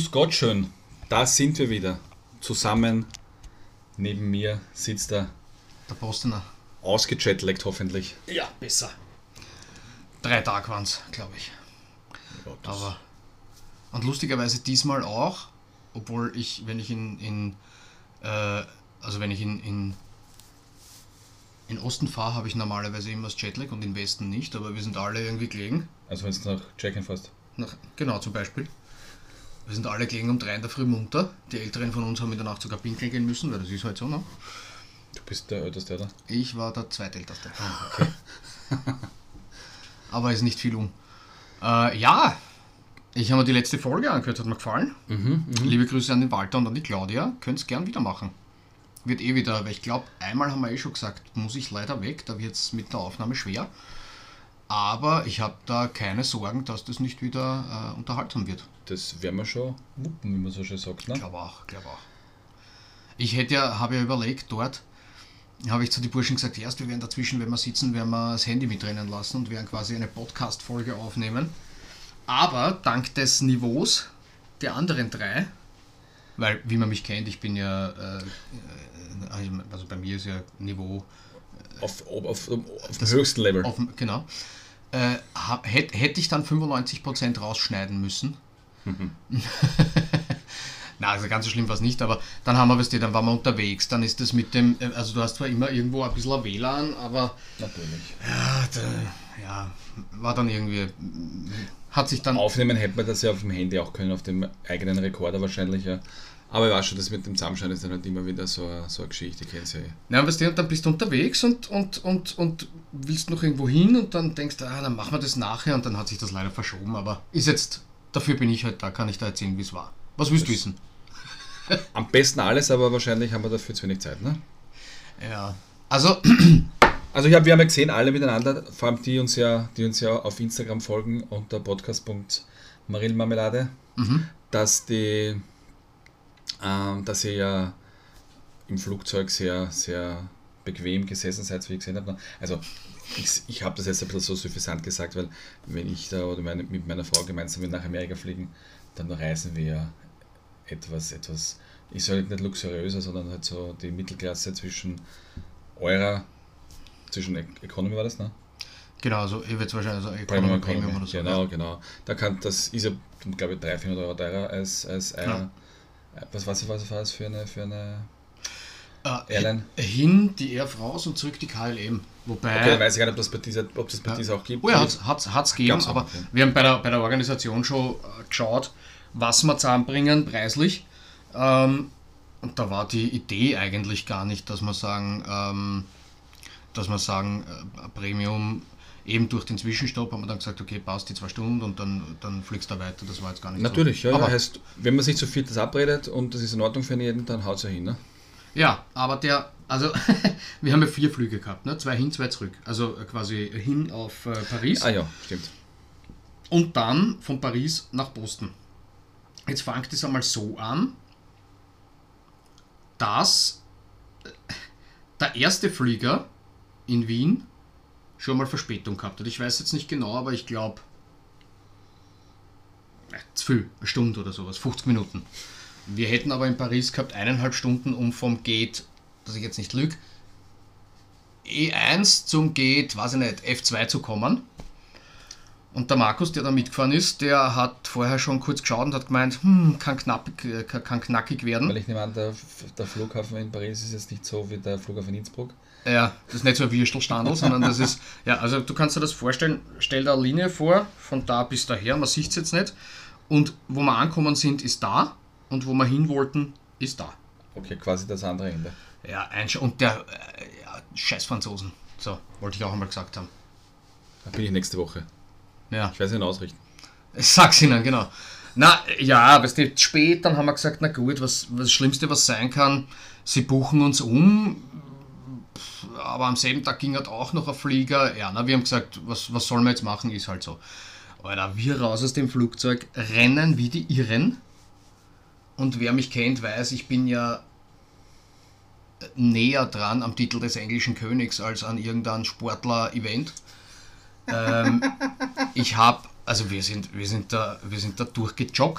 Grüß Gott schön, da sind wir wieder. Zusammen neben mir sitzt der Bostoner. ausgejetlaggt hoffentlich. Ja, besser. 3 Tage waren es, glaube ich. Ja, Aber und lustigerweise diesmal auch, obwohl ich, wenn ich in Osten fahre, habe ich normalerweise immer das Jetlag und in Westen nicht, aber wir sind alle irgendwie gelegen. also wenn du nach Check-in fährst. Genau, zum Beispiel. Wir sind alle gelegen um 3 in der Früh munter. Die Älteren von uns haben in der Nacht sogar pinkeln gehen müssen, weil das ist halt so, ne? Du bist der Älteste, oder? Ich war der Zweitälteste. Okay. Aber ist nicht viel um. Ja, ich habe mir die letzte Folge angehört, hat mir gefallen. Liebe Grüße an den Walter und an die Claudia. Könnt es gern wieder machen. Wird eh wieder, weil ich glaube, einmal haben wir schon gesagt, muss ich leider weg, da wird es mit der Aufnahme schwer. Aber ich habe da keine Sorgen, dass das nicht wieder unterhaltsam wird. Das werden wir schon wuppen, wie man so schön sagt, ne? Ich glaube auch. Ich habe ja überlegt, dort habe ich zu den Burschen gesagt, erst wir werden dazwischen, wenn wir sitzen, werden wir das Handy mitrennen lassen und werden quasi eine Podcast-Folge aufnehmen. Aber dank des Niveaus der anderen 3, weil, wie man mich kennt, ich bin ja, also bei mir ist ja Niveau Auf dem höchsten Level. genau, hätte ich dann 95% rausschneiden müssen. Na, also ganz so schlimm war es nicht, aber dann haben wir, dann waren wir unterwegs, dann ist das mit dem, also du hast zwar immer irgendwo ein bisschen ein WLAN, aber Natürlich. ja, war dann irgendwie, hat sich dann... Aufnehmen hätte man das ja auf dem Handy auch können, auf dem eigenen Rekorder wahrscheinlich, ja. Aber ich weiß schon, das mit dem Zusammenschneiden ist dann halt immer wieder so eine Geschichte, ich kenne es ja. Ja, weißt du, und dann bist du unterwegs und willst noch irgendwo hin und dann denkst du, dann machen wir das nachher und dann hat sich das leider verschoben, aber ist jetzt, dafür bin ich halt da, kann ich da erzählen, wie es war. Was willst du wissen? Am besten alles, aber wahrscheinlich haben wir dafür zu wenig Zeit, ne? Ja, also wir haben ja gesehen, alle miteinander, vor allem die uns ja auf Instagram folgen unter podcast.marillenmarmelade, dass ihr ja im Flugzeug sehr, sehr bequem gesessen seid, wie ich gesehen habe. Also ich habe das jetzt ein bisschen so suffisant gesagt, weil wenn ich da oder mit meiner Frau gemeinsam nach Amerika fliegen, dann reisen wir ja etwas, ich sage nicht luxuriöser, sondern halt so die Mittelklasse zwischen Economy war das, ne? genau, also ich würde wahrscheinlich so Premium oder so. Genau. Das ist ja, glaube ich, 300-400 Euro teurer als was war das für eine Airline? Hin die Air France und zurück die KLM. Wobei... Okay, dann weiß ich gar nicht, ob das bei dieser auch gibt. Oh ja, hat's gegeben, aber okay. wir haben bei der Organisation schon geschaut, was wir zusammenbringen, preislich. Und da war die Idee eigentlich gar nicht, dass wir sagen, Premium, eben durch den Zwischenstopp haben wir dann gesagt, okay, passt die 2 Stunden und dann fliegst du weiter. Das war jetzt gar nicht natürlich, so. Ja, aber heißt, wenn man sich zu viel das abredet und das ist in Ordnung für jeden, dann haut es ja hin, ne? Ja, aber wir haben ja 4 Flüge gehabt, ne? 2 hin, 2 zurück. Also quasi hin auf Paris. Ah ja, stimmt. Und dann von Paris nach Boston. Jetzt fängt es einmal so an, dass der erste Flieger in Wien schon mal Verspätung gehabt hat. Ich weiß jetzt nicht genau, aber ich glaube, zu viel, eine Stunde oder sowas, 50 Minuten. Wir hätten aber in Paris gehabt 1,5 Stunden, um vom Gate, dass ich jetzt nicht lüge, E1 zum Gate, weiß ich nicht, F2 zu kommen. Und der Markus, der da mitgefahren ist, der hat vorher schon kurz geschaut und hat gemeint, kann knackig werden. Weil ich nehme an, der Flughafen in Paris ist jetzt nicht so wie der Flughafen in Innsbruck. Ja, das ist nicht so ein Würstelstandel, sondern das ist, ja, also du kannst dir das vorstellen, stell da eine Linie vor, von da bis daher, man sieht es jetzt nicht. Und wo wir angekommen sind, ist da und wo wir hin wollten, ist da. Okay, quasi das andere Ende. Ja, und der scheiß Franzosen. So, wollte ich auch einmal gesagt haben. Da bin ich nächste Woche. Ja. Ich weiß nicht ausrichten. Sag's ihnen, genau. Na, ja, weißt du, spät, dann haben wir gesagt, na gut, was das Schlimmste, was sein kann, sie buchen uns um, aber am selben Tag ging halt auch noch ein Flieger. Ja, na, wir haben gesagt, was sollen wir jetzt machen, ist halt so. Alter, wir raus aus dem Flugzeug, rennen wie die Irren. Und wer mich kennt, weiß, ich bin ja näher dran am Titel des englischen Königs als an irgendein Sportler-Event. Wir sind da durchgejoggt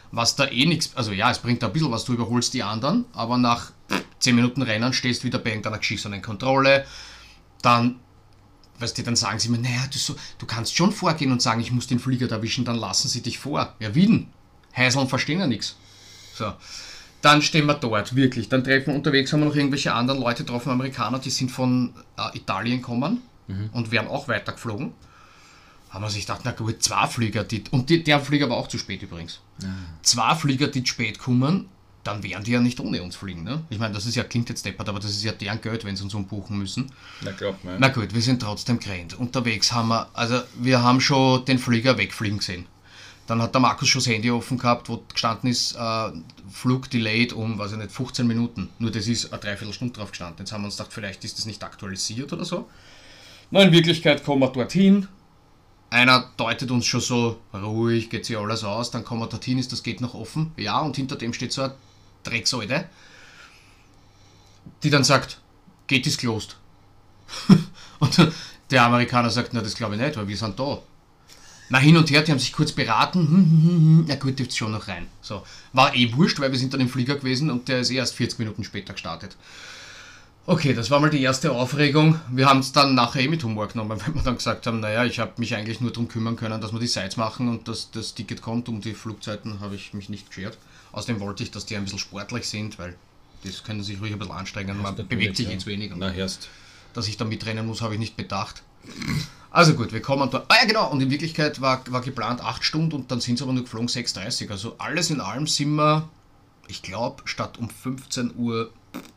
was da eh nichts, also ja, es bringt da ein bisschen was, du überholst die anderen, aber nach 10 Minuten Rennen stehst wieder bei irgendeiner geschissenen Kontrolle, dann, weißt du, dann sagen sie mir, naja, du kannst schon vorgehen und sagen, ich muss den Flieger erwischen, dann lassen sie dich vor. Ja, wie denn? Heiseln verstehen ja nichts. So. Dann stehen wir dort, wirklich. Dann treffen wir unterwegs, haben wir noch irgendwelche anderen Leute getroffen, Amerikaner, die sind von Italien gekommen und werden auch weitergeflogen. Haben wir sich gedacht, na gut, 2 Flieger, der Flieger war auch zu spät übrigens. 2 Flieger, die zu spät kommen, dann werden die ja nicht ohne uns fliegen. Ne? Ich meine, das ist ja, klingt jetzt deppert, aber das ist ja deren Geld, wenn sie uns umbuchen müssen. Na, glaubt man. Na gut, wir sind trotzdem gerannt. Unterwegs wir haben schon den Flieger wegfliegen gesehen. Dann hat der Markus schon das Handy offen gehabt, wo gestanden ist, Flug delayed um, weiß ich nicht, 15 Minuten. Nur das ist eine Dreiviertelstunde drauf gestanden. Jetzt haben wir uns gedacht, vielleicht ist das nicht aktualisiert oder so. Na, in Wirklichkeit kommen wir dorthin. Einer deutet uns schon so, ruhig, geht sich alles aus. Dann kommen wir dorthin, ist das Gate noch offen. Ja, und hinter dem steht so eine Drecksäule, die dann sagt, Gate ist closed. Und der Amerikaner sagt, na, das glaube ich nicht, weil wir sind da. Na, hin und her, die haben sich kurz beraten, na gut, dürft schon noch rein. So. War eh wurscht, weil wir sind dann im Flieger gewesen und der ist erst 40 Minuten später gestartet. Okay, das war mal die erste Aufregung. Wir haben es dann nachher mit Humor genommen, weil wir dann gesagt haben, naja, ich habe mich eigentlich nur darum kümmern können, dass wir die Sites machen und dass das Ticket kommt. Um die Flugzeiten habe ich mich nicht geschert. Außerdem wollte ich, dass die ein bisschen sportlich sind, weil das können sich ruhig ein bisschen anstrengen. Man bewegt sich jetzt wenig. Na, erst. Dass ich da mitrennen muss, habe ich nicht bedacht. Also gut, wir kommen da. Ah ja, genau, und in Wirklichkeit war geplant 8 Stunden und dann sind es aber nur geflogen 6:30. Also alles in allem sind wir, ich glaube, statt um 15 Uhr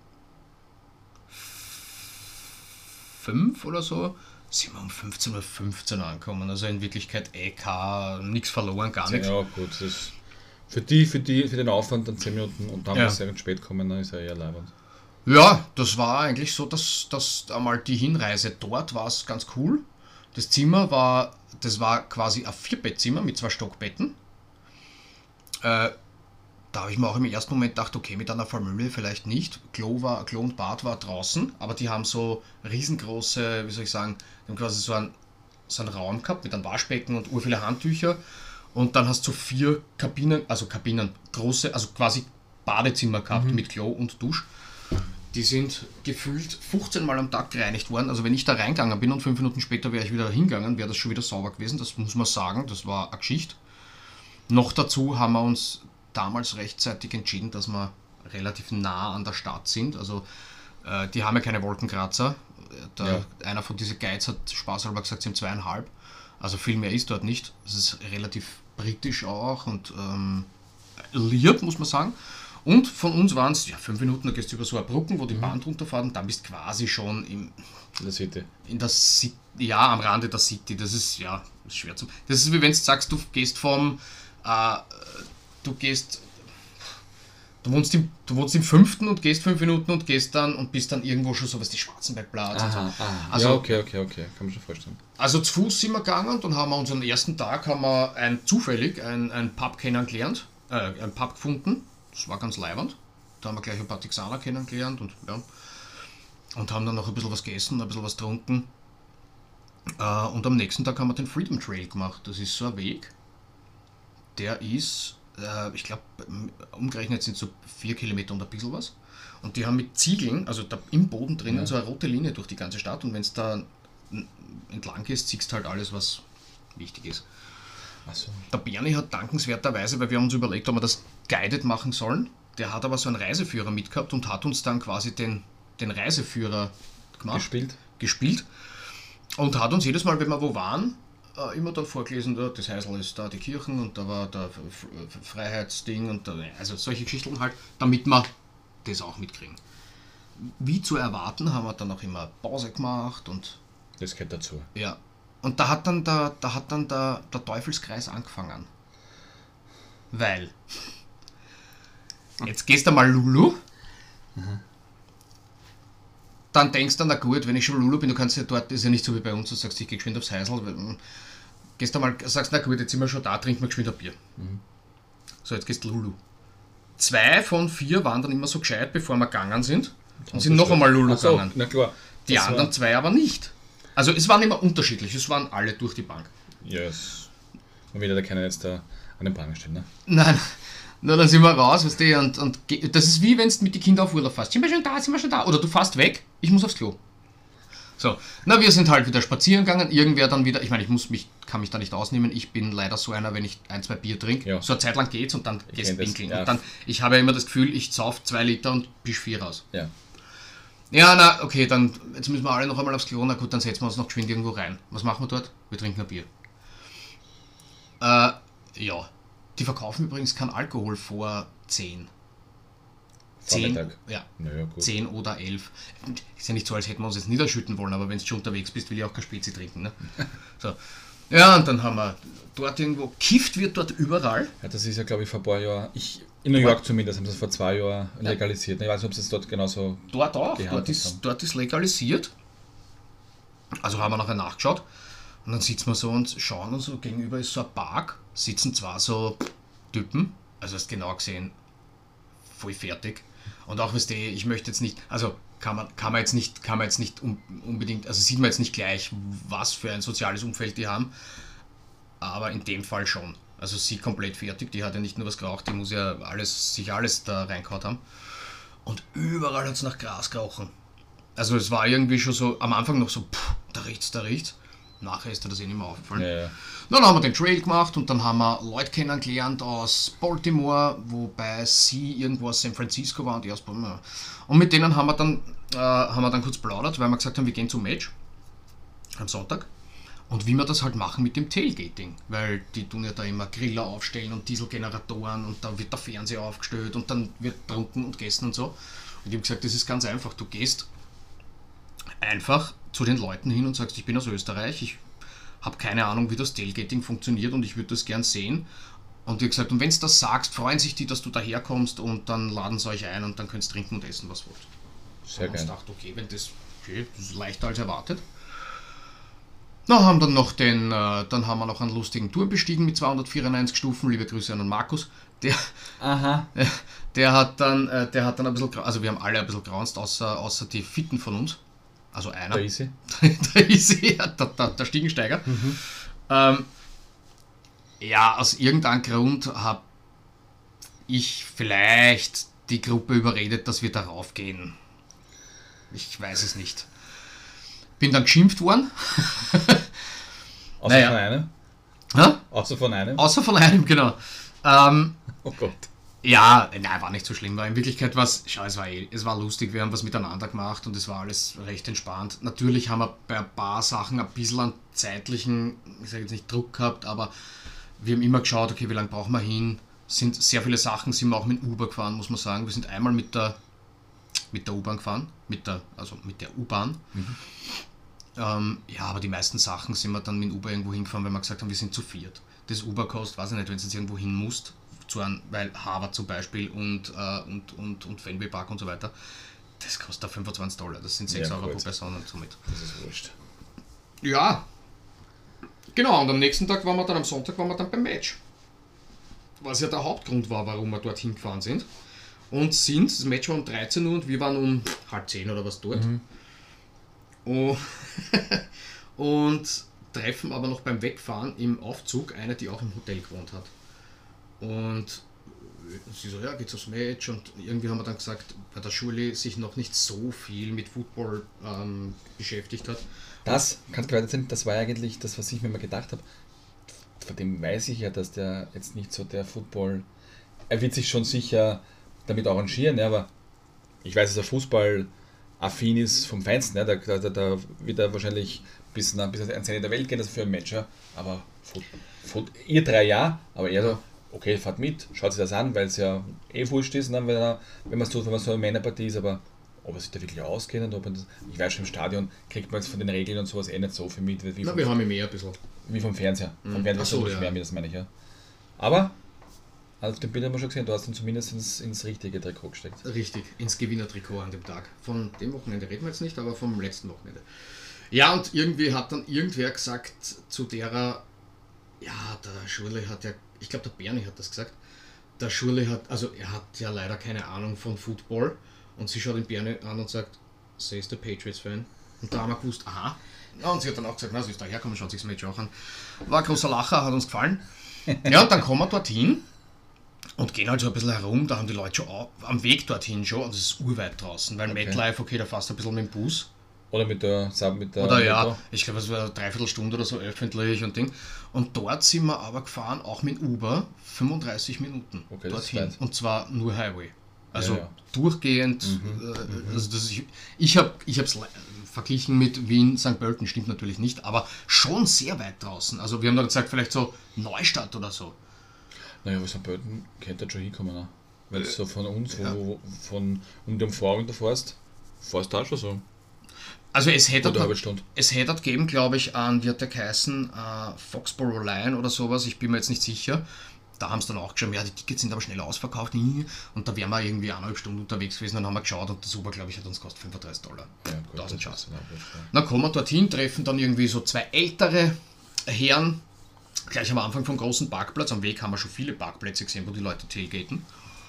5 oder so, sind wir um 15:15 Uhr angekommen. Also in Wirklichkeit nichts verloren, gar nichts. Ja, gut, das ist für den Aufwand dann 10 Minuten und dann sehr spät kommen, dann ist ja eher leibend. Ja, das war eigentlich so, dass einmal die Hinreise dort war es ganz cool. Das Zimmer war quasi ein 4-Bettzimmer mit 2 Stockbetten. Da habe ich mir auch im ersten Moment gedacht, okay, mit einer Familie vielleicht nicht. Klo und Bad war draußen, aber die haben so riesengroße, wie soll ich sagen, die haben quasi so einen Raum gehabt mit einem Waschbecken und viele Handtücher. Und dann hast du 4 Kabinen, große, also quasi Badezimmer gehabt mit Klo und Dusch. Die sind gefühlt 15 Mal am Tag gereinigt worden. Also wenn ich da reingegangen bin und 5 Minuten später wäre ich wieder hingegangen, wäre das schon wieder sauber gewesen. Das muss man sagen, das war eine Geschichte. Noch dazu haben wir uns damals rechtzeitig entschieden, dass wir relativ nah an der Stadt sind. Also die haben ja keine Wolkenkratzer. Einer von diesen Guides hat spaßhalber gesagt, sie haben 2,5. Also viel mehr ist dort nicht. Es ist relativ britisch auch und lieb, muss man sagen. Und von uns waren es 5 Minuten, da gehst du über so eine Brücke, wo die Bahn drunter fährt und dann bist du quasi schon in der City. Am Rande der City. Das ist schwer zu. Das ist wie wenn du sagst, du gehst du wohnst im 5. und gehst 5 Minuten und gehst dann und bist dann irgendwo schon so, was die Schwarzenbergplatz und so. Also, ja, okay, kann man schon vorstellen. Also zu Fuß sind wir gegangen und dann haben wir unseren ersten Tag zufällig ein Pub kennengelernt, ein Pub gefunden. Das war ganz leibend. Da haben wir gleich ein paar Texaner kennengelernt und haben dann noch ein bisschen was gegessen, ein bisschen was getrunken. Und am nächsten Tag haben wir den Freedom Trail gemacht. Das ist so ein Weg, der ist, ich glaube, umgerechnet sind so 4 Kilometer und ein bisschen was. Und die haben mit Ziegeln, also da im Boden drinnen, so eine rote Linie durch die ganze Stadt. Und wenn es da entlang gehst, siehst du halt alles, was wichtig ist. So. Der Bernie hat dankenswerterweise, weil wir haben uns überlegt, ob wir das guided machen sollen, der hat aber so einen Reiseführer mitgehabt und hat uns dann quasi den Reiseführer gespielt und hat uns jedes Mal, wenn wir wo waren, immer dann vorgelesen, das Heisel ist da die Kirchen und da war der Freiheitsding und also solche Geschichten halt, damit wir das auch mitkriegen. Wie zu erwarten, haben wir dann auch immer Pause gemacht und das gehört dazu. Ja. Und da hat dann der Teufelskreis angefangen. Weil jetzt gehst du mal Lulu, dann denkst du, na gut, wenn ich schon Lulu bin, du kannst ja dort, ist ja nicht so wie bei uns, du sagst, ich gehe geschwind aufs Heisel, gehst du mal, sagst, na gut, jetzt sind wir schon da, trinken wir geschwind ein Bier. So, jetzt gehst du Lulu. 2 von 4 waren dann immer so gescheit, bevor wir gegangen sind und sind noch einmal Lulu gegangen. Na klar. Die anderen 2 aber nicht. Also es waren immer unterschiedlich, es waren alle durch die Bank. Yes. Und wieder da keiner jetzt da an den Bahn stehen, ne? Nein, Na, dann sind wir raus, weißt du, und das ist wie wenn du mit den Kindern auf Urlaub fährst. Sind wir schon da? Oder du fährst weg, ich muss aufs Klo. So, na, wir sind halt wieder spazieren gegangen, irgendwer dann wieder, ich meine, kann mich da nicht ausnehmen, ich bin leider so einer, wenn ich 1-2 Bier trinke, Ja. so eine Zeit lang geht's und dann geht's pinkeln. Ja. Und dann, ich habe ja immer das Gefühl, ich sauf 2 Liter und pisch 4 raus. Ja. Ja, na, okay, dann, jetzt müssen wir alle noch einmal aufs Klo, na gut, dann setzen wir uns noch geschwind irgendwo rein. Was machen wir dort? Wir trinken ein Bier. Ja. Die verkaufen übrigens keinen Alkohol vor 10. 10, Vormittag. ja, Naja, gut. 10 oder 11. Ist ja nicht so, als hätten wir uns jetzt niederschütten wollen, aber wenn du schon unterwegs bist, will ich auch kein Spezi trinken. Ne? So. Ja, und dann haben wir dort irgendwo, kifft wird dort überall. Ja, das ist ja, glaube ich, vor ein paar Jahren, in New York zumindest, haben sie es vor 2 Jahren legalisiert. Ich weiß nicht, ob sie es dort genauso Dort auch, gehandhabt haben. dort ist legalisiert. Also haben wir nachher nachgeschaut. Und dann sitzen wir so und schauen uns so, gegenüber ist so ein Park, sitzen zwar so Typen, also hast genau gesehen, voll fertig. Und auch, weißt du, ich möchte jetzt nicht, also kann man jetzt nicht unbedingt, also sieht man jetzt nicht gleich, was für ein soziales Umfeld die haben, aber in dem Fall schon. Also sie komplett fertig, die hat ja nicht nur was geraucht, die muss ja sich alles da reingehauen haben. Und überall hat es nach Gras gerochen. Also es war irgendwie schon so, am Anfang noch so, da riecht's. Nachher ist dir das eh nicht mehr aufgefallen. Ja. Dann haben wir den Trail gemacht und dann haben wir Leute kennengelernt aus Baltimore, wobei sie irgendwo aus San Francisco waren und die aus Baltimore. Und mit denen haben wir dann kurz plaudert, weil wir gesagt haben, wir gehen zum Match am Sonntag. Und wie wir das halt machen mit dem Tailgating, weil die tun ja da immer Griller aufstellen und Dieselgeneratoren und dann wird der Fernseher aufgestellt und dann wird trunken und gegessen und so. Und ich habe gesagt, das ist ganz einfach, du gehst einfach zu den Leuten hin und sagst, ich bin aus Österreich, ich habe keine Ahnung, wie das Tailgating funktioniert und ich würde das gern sehen. Und ich habe gesagt, und wenn du das sagst, freuen sich die, dass du daherkommst und dann laden sie euch ein und dann könnt ihr trinken und essen, was wollt. Sehr Und geil. ich dachte, okay, das ist leichter als erwartet. Na, haben dann haben wir noch einen lustigen Turm bestiegen mit 294 Stufen. Liebe Grüße an den Markus. Der hat dann ein bisschen, also wir haben alle ein bisschen graunzt, außer die Fitten von uns. Also einer. Der Easy. Der Easy, der Stiegensteiger. Ja, aus irgendeinem Grund habe ich vielleicht die Gruppe überredet, dass wir darauf gehen. Ich weiß es nicht. Bin dann geschimpft worden. Außer von einem? Ha? Außer von einem? Außer von einem, genau. Oh Gott. Ja, nein, war nicht so schlimm. Weil in Wirklichkeit es war lustig, wir haben was miteinander gemacht und es war alles recht entspannt. Natürlich haben wir bei ein paar Sachen ein bisschen an zeitlichen, ich sage jetzt nicht Druck gehabt, aber wir haben immer geschaut, okay, wie lange brauchen wir hin? Sind sehr viele Sachen sind wir auch mit Uber gefahren, muss man sagen. Wir sind einmal mit der U-Bahn gefahren, mit der U-Bahn. Ja, aber die meisten Sachen sind wir dann mit Uber irgendwo hingefahren, weil wir gesagt haben, wir sind zu viert. Das Uber kostet, weiß ich nicht, wenn du jetzt irgendwo hin musst, weil Harvard zum Beispiel und Fenway Park und so weiter, das kostet da $25, das sind 6 Euro pro Person und somit. Das ist wurscht. Ja, genau, und am nächsten Tag am Sonntag waren wir dann beim Match. Was ja der Hauptgrund war, warum wir dorthin gefahren sind. Und das Match war um 13 Uhr und wir waren um 9:30 oder was dort. Und treffen aber noch beim Wegfahren im Aufzug eine, die auch im Hotel gewohnt hat. Und sie so, ja, geht's aufs Match? Und irgendwie haben wir dann gesagt, weil der Schule sich noch nicht so viel mit Football beschäftigt hat. Das, kannst du weiter erzählen, das war eigentlich das, was ich mir mal gedacht habe. Von dem weiß ich ja, dass der jetzt nicht so der Football, er wird sich schon sicher damit arrangieren, ja, aber ich weiß, dass er Fußball affin ist vom Feinsten, ja, da wird er wahrscheinlich bis ans Ende der Welt gehen, das für ein Match, ja, aber ihr 3 Jahre, aber er so, okay, fahrt mit, schaut sich das an, weil es ja wurscht ist, ne, wenn man so eine Männerpartie ist, aber ob er sich da wirklich auskennt, ich weiß schon, im Stadion kriegt man jetzt von den Regeln und sowas nicht so viel mit, wie wir haben ja mehr ein bisschen. Wie vom Fernseher. Vom Fernseher so, ja. Mehr mit, das meine ich, ja. Aber, auf dem Bild haben wir schon gesehen, du hast ihn zumindest ins richtige Trikot gesteckt. Richtig, ins Gewinnertrikot an dem Tag. Von dem Wochenende reden wir jetzt nicht, aber vom letzten Wochenende. Ja, und irgendwie hat dann irgendwer gesagt zu derer, ja, der Schurle hat ja, ich glaube der Bernie hat das gesagt, der Schurle hat, also er hat ja leider keine Ahnung von Football und sie schaut den Bernie an und sagt, sie ist der Patriots-Fan. Und da haben wir gewusst, aha. Ja, und sie hat dann auch gesagt, na, sie ist daherkommen, schaut sich das Match auch an. War ein großer Lacher, hat uns gefallen. Ja, und dann kommen wir dorthin Und gehen halt so ein bisschen herum, da haben die Leute schon am Weg dorthin schon, und es ist urweit draußen, weil Okay. MetLife, okay, da fährst du ein bisschen mit dem Bus. Oder mit der Oder ja, Metro? ich glaube, es war eine Dreiviertelstunde oder so öffentlich und Ding. Und dort sind wir aber gefahren, auch mit Uber, 35 Minuten Okay, das ist dorthin. weit. Und zwar nur Highway. Also Ja. durchgehend. Also das ist, ich habe es verglichen mit Wien, St. Pölten, stimmt natürlich nicht, aber schon sehr weit draußen. Also wir haben dann gesagt, vielleicht so Neustadt oder so. Naja, aber St. Pölten könnte schon hinkommen. Ne? Wenn du so von uns, ja. von um die Umfahrung da fährst du auch schon so. Also es hätte Oder eine halbe Stunde. gegeben, glaube ich, an, wie hat der geheißen, Foxborough Line oder sowas, ich bin mir jetzt nicht sicher. Da haben sie dann auch geschaut, ja, die Tickets sind aber schnell ausverkauft. Und da wären wir irgendwie 1,5 Stunden unterwegs gewesen, dann haben wir geschaut und das Uber, glaube ich, hat uns gekostet $35. Ja, gut, 1000 das Schaß. ist auch wurscht, ja. Dann kommen wir dorthin, treffen dann irgendwie so zwei ältere Herren, gleich am Anfang vom großen Parkplatz. Am Weg haben wir schon viele Parkplätze gesehen, wo die Leute tailgaten.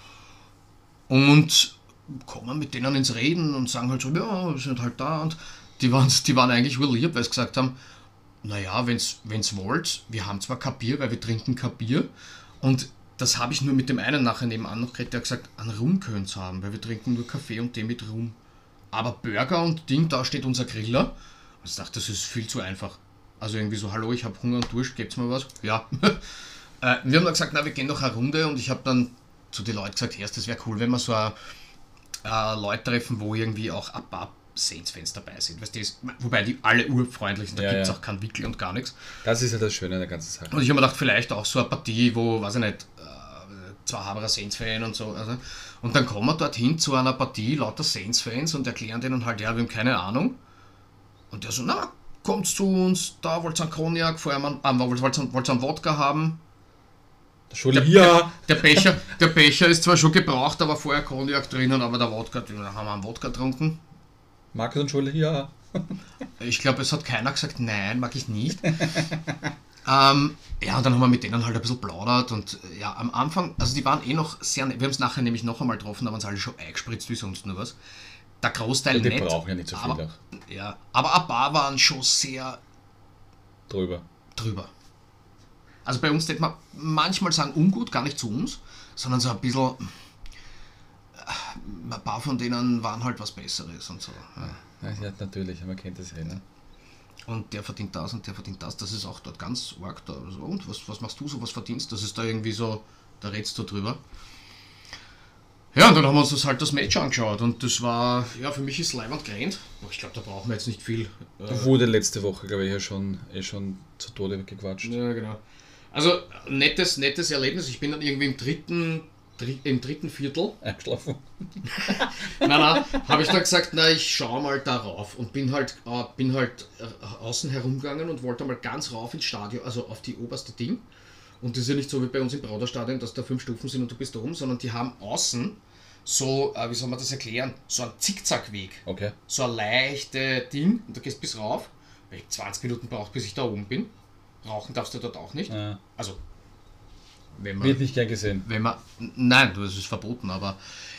Und kommen mit denen ins Reden und sagen halt so, ja, wir sind halt da. Und die waren eigentlich wohl lieb, weil sie gesagt haben, naja, wenn's wollt, wir haben zwar kein Bier, weil wir trinken kein Bier. Und das habe ich nur mit dem einen nachher nebenan noch geredet, der hat gesagt, einen Rum können sie haben, weil wir trinken nur Kaffee und Tee mit Rum. Aber Burger und Ding, da steht unser Griller. Und ich dachte, das ist viel zu einfach. Also irgendwie so, hallo, ich habe Hunger und Durst, gebt's mir was? Ja. Wir haben dann gesagt, na, wir gehen noch eine Runde und ich habe dann zu den Leuten gesagt, erst, das wäre cool, wenn wir so Leute treffen, wo irgendwie auch ein paar Saints-Fans dabei sind. Weißt du, wobei die alle urfreundlich sind, da Ja, gibt es ja. auch keinen Wickel und gar nichts. Das ist ja das Schöne an der ganzen Sache. Und ich habe mir gedacht, vielleicht auch so eine Partie, wo, weiß ich nicht, zwei Haberer Saints-Fan und so. Also. Und dann kommen wir dorthin zu einer Partie, lauter Saints-Fans und erklären denen halt, ja, wir haben keine Ahnung. Und der so, na, kommt zu uns, da wollt ihr einen Cognac, wollt ihr einen Wodka haben. Schule, ja! Der Becher ist zwar schon gebraucht, aber vorher Cognac drinnen, aber der Wodka, da haben wir einen Wodka getrunken. Markus und Schule, ja! Ich glaube, es hat keiner gesagt, nein, mag ich nicht. Ja, und dann haben wir mit denen halt ein bisschen plaudert und ja, am Anfang, also die waren eh noch sehr nett. Wir haben es nachher nämlich noch einmal getroffen, da waren sie alle schon eingespritzt wie sonst nur was. Der Großteil Die nett. brauchen ja nicht so viel aber, auch. ja, aber ein paar waren schon sehr Drüber. drüber. Also bei uns, man manchmal sagen ungut, gar nicht zu uns, sondern so ein bisschen, ein paar von denen waren halt was Besseres und so. Ja. Ja, natürlich, man kennt das ja. Ne? Und der verdient das und der verdient das. Das ist auch dort ganz arg da. Also, und was machst du so, was verdienst? Das ist da irgendwie so, da redst du drüber. Ja, und dann haben wir uns das Match angeschaut und das war, ja, für mich ist Leiband gerannt. Ich glaube, da brauchen wir jetzt nicht viel. Wurde letzte Woche, glaube ich, ja schon zu Tode gequatscht. Ja, genau. Also, nettes Erlebnis. Ich bin dann irgendwie im dritten Viertel. Eingeschlafen. Nein, habe ich dann gesagt, na, ich schaue mal darauf und bin halt außen herumgegangen und wollte mal ganz rauf ins Stadion, also auf die oberste Ding. Und das ist ja nicht so wie bei uns im Brauderstadion, dass da 5 Stufen sind und du bist da oben, sondern die haben außen so, wie soll man das erklären, so einen Zickzackweg. Okay. So ein leichte Ding und du gehst bis rauf, weil ich 20 Minuten brauche, bis ich da oben bin. Rauchen darfst du dort auch nicht. Ja. Also, wenn man... Wird nicht gern gesehen. Nein, das ist verboten, aber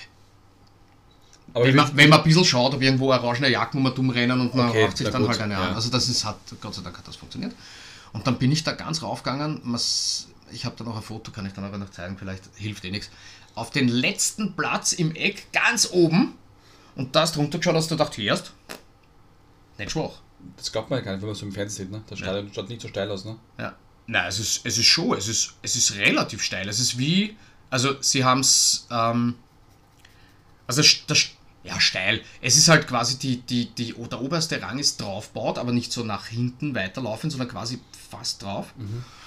Aber wenn man ein bisschen schaut, ob irgendwo orangene Jacken um dumm rennen und man Okay, raucht sich na dann gut, halt eine an. ja. Also Gott sei Dank hat das funktioniert. Und dann bin ich da ganz raufgegangen. Ich habe da noch ein Foto, kann ich dann aber noch zeigen, vielleicht hilft eh nichts. Auf den letzten Platz im Eck, ganz oben. Und da hast du runtergeschaut, hast du gedacht, hörst, nicht schwach. Das glaubt man ja gar nicht, wenn man so im Fernsehen sieht. Ne? Das Stadion schaut nicht so steil aus. Ne? Ja. Nein, es ist schon, es ist relativ steil. Es ist wie, also sie haben es, ja, steil. Es ist halt quasi der oberste Rang ist draufgebaut, aber nicht so nach hinten weiterlaufen, sondern quasi fast drauf.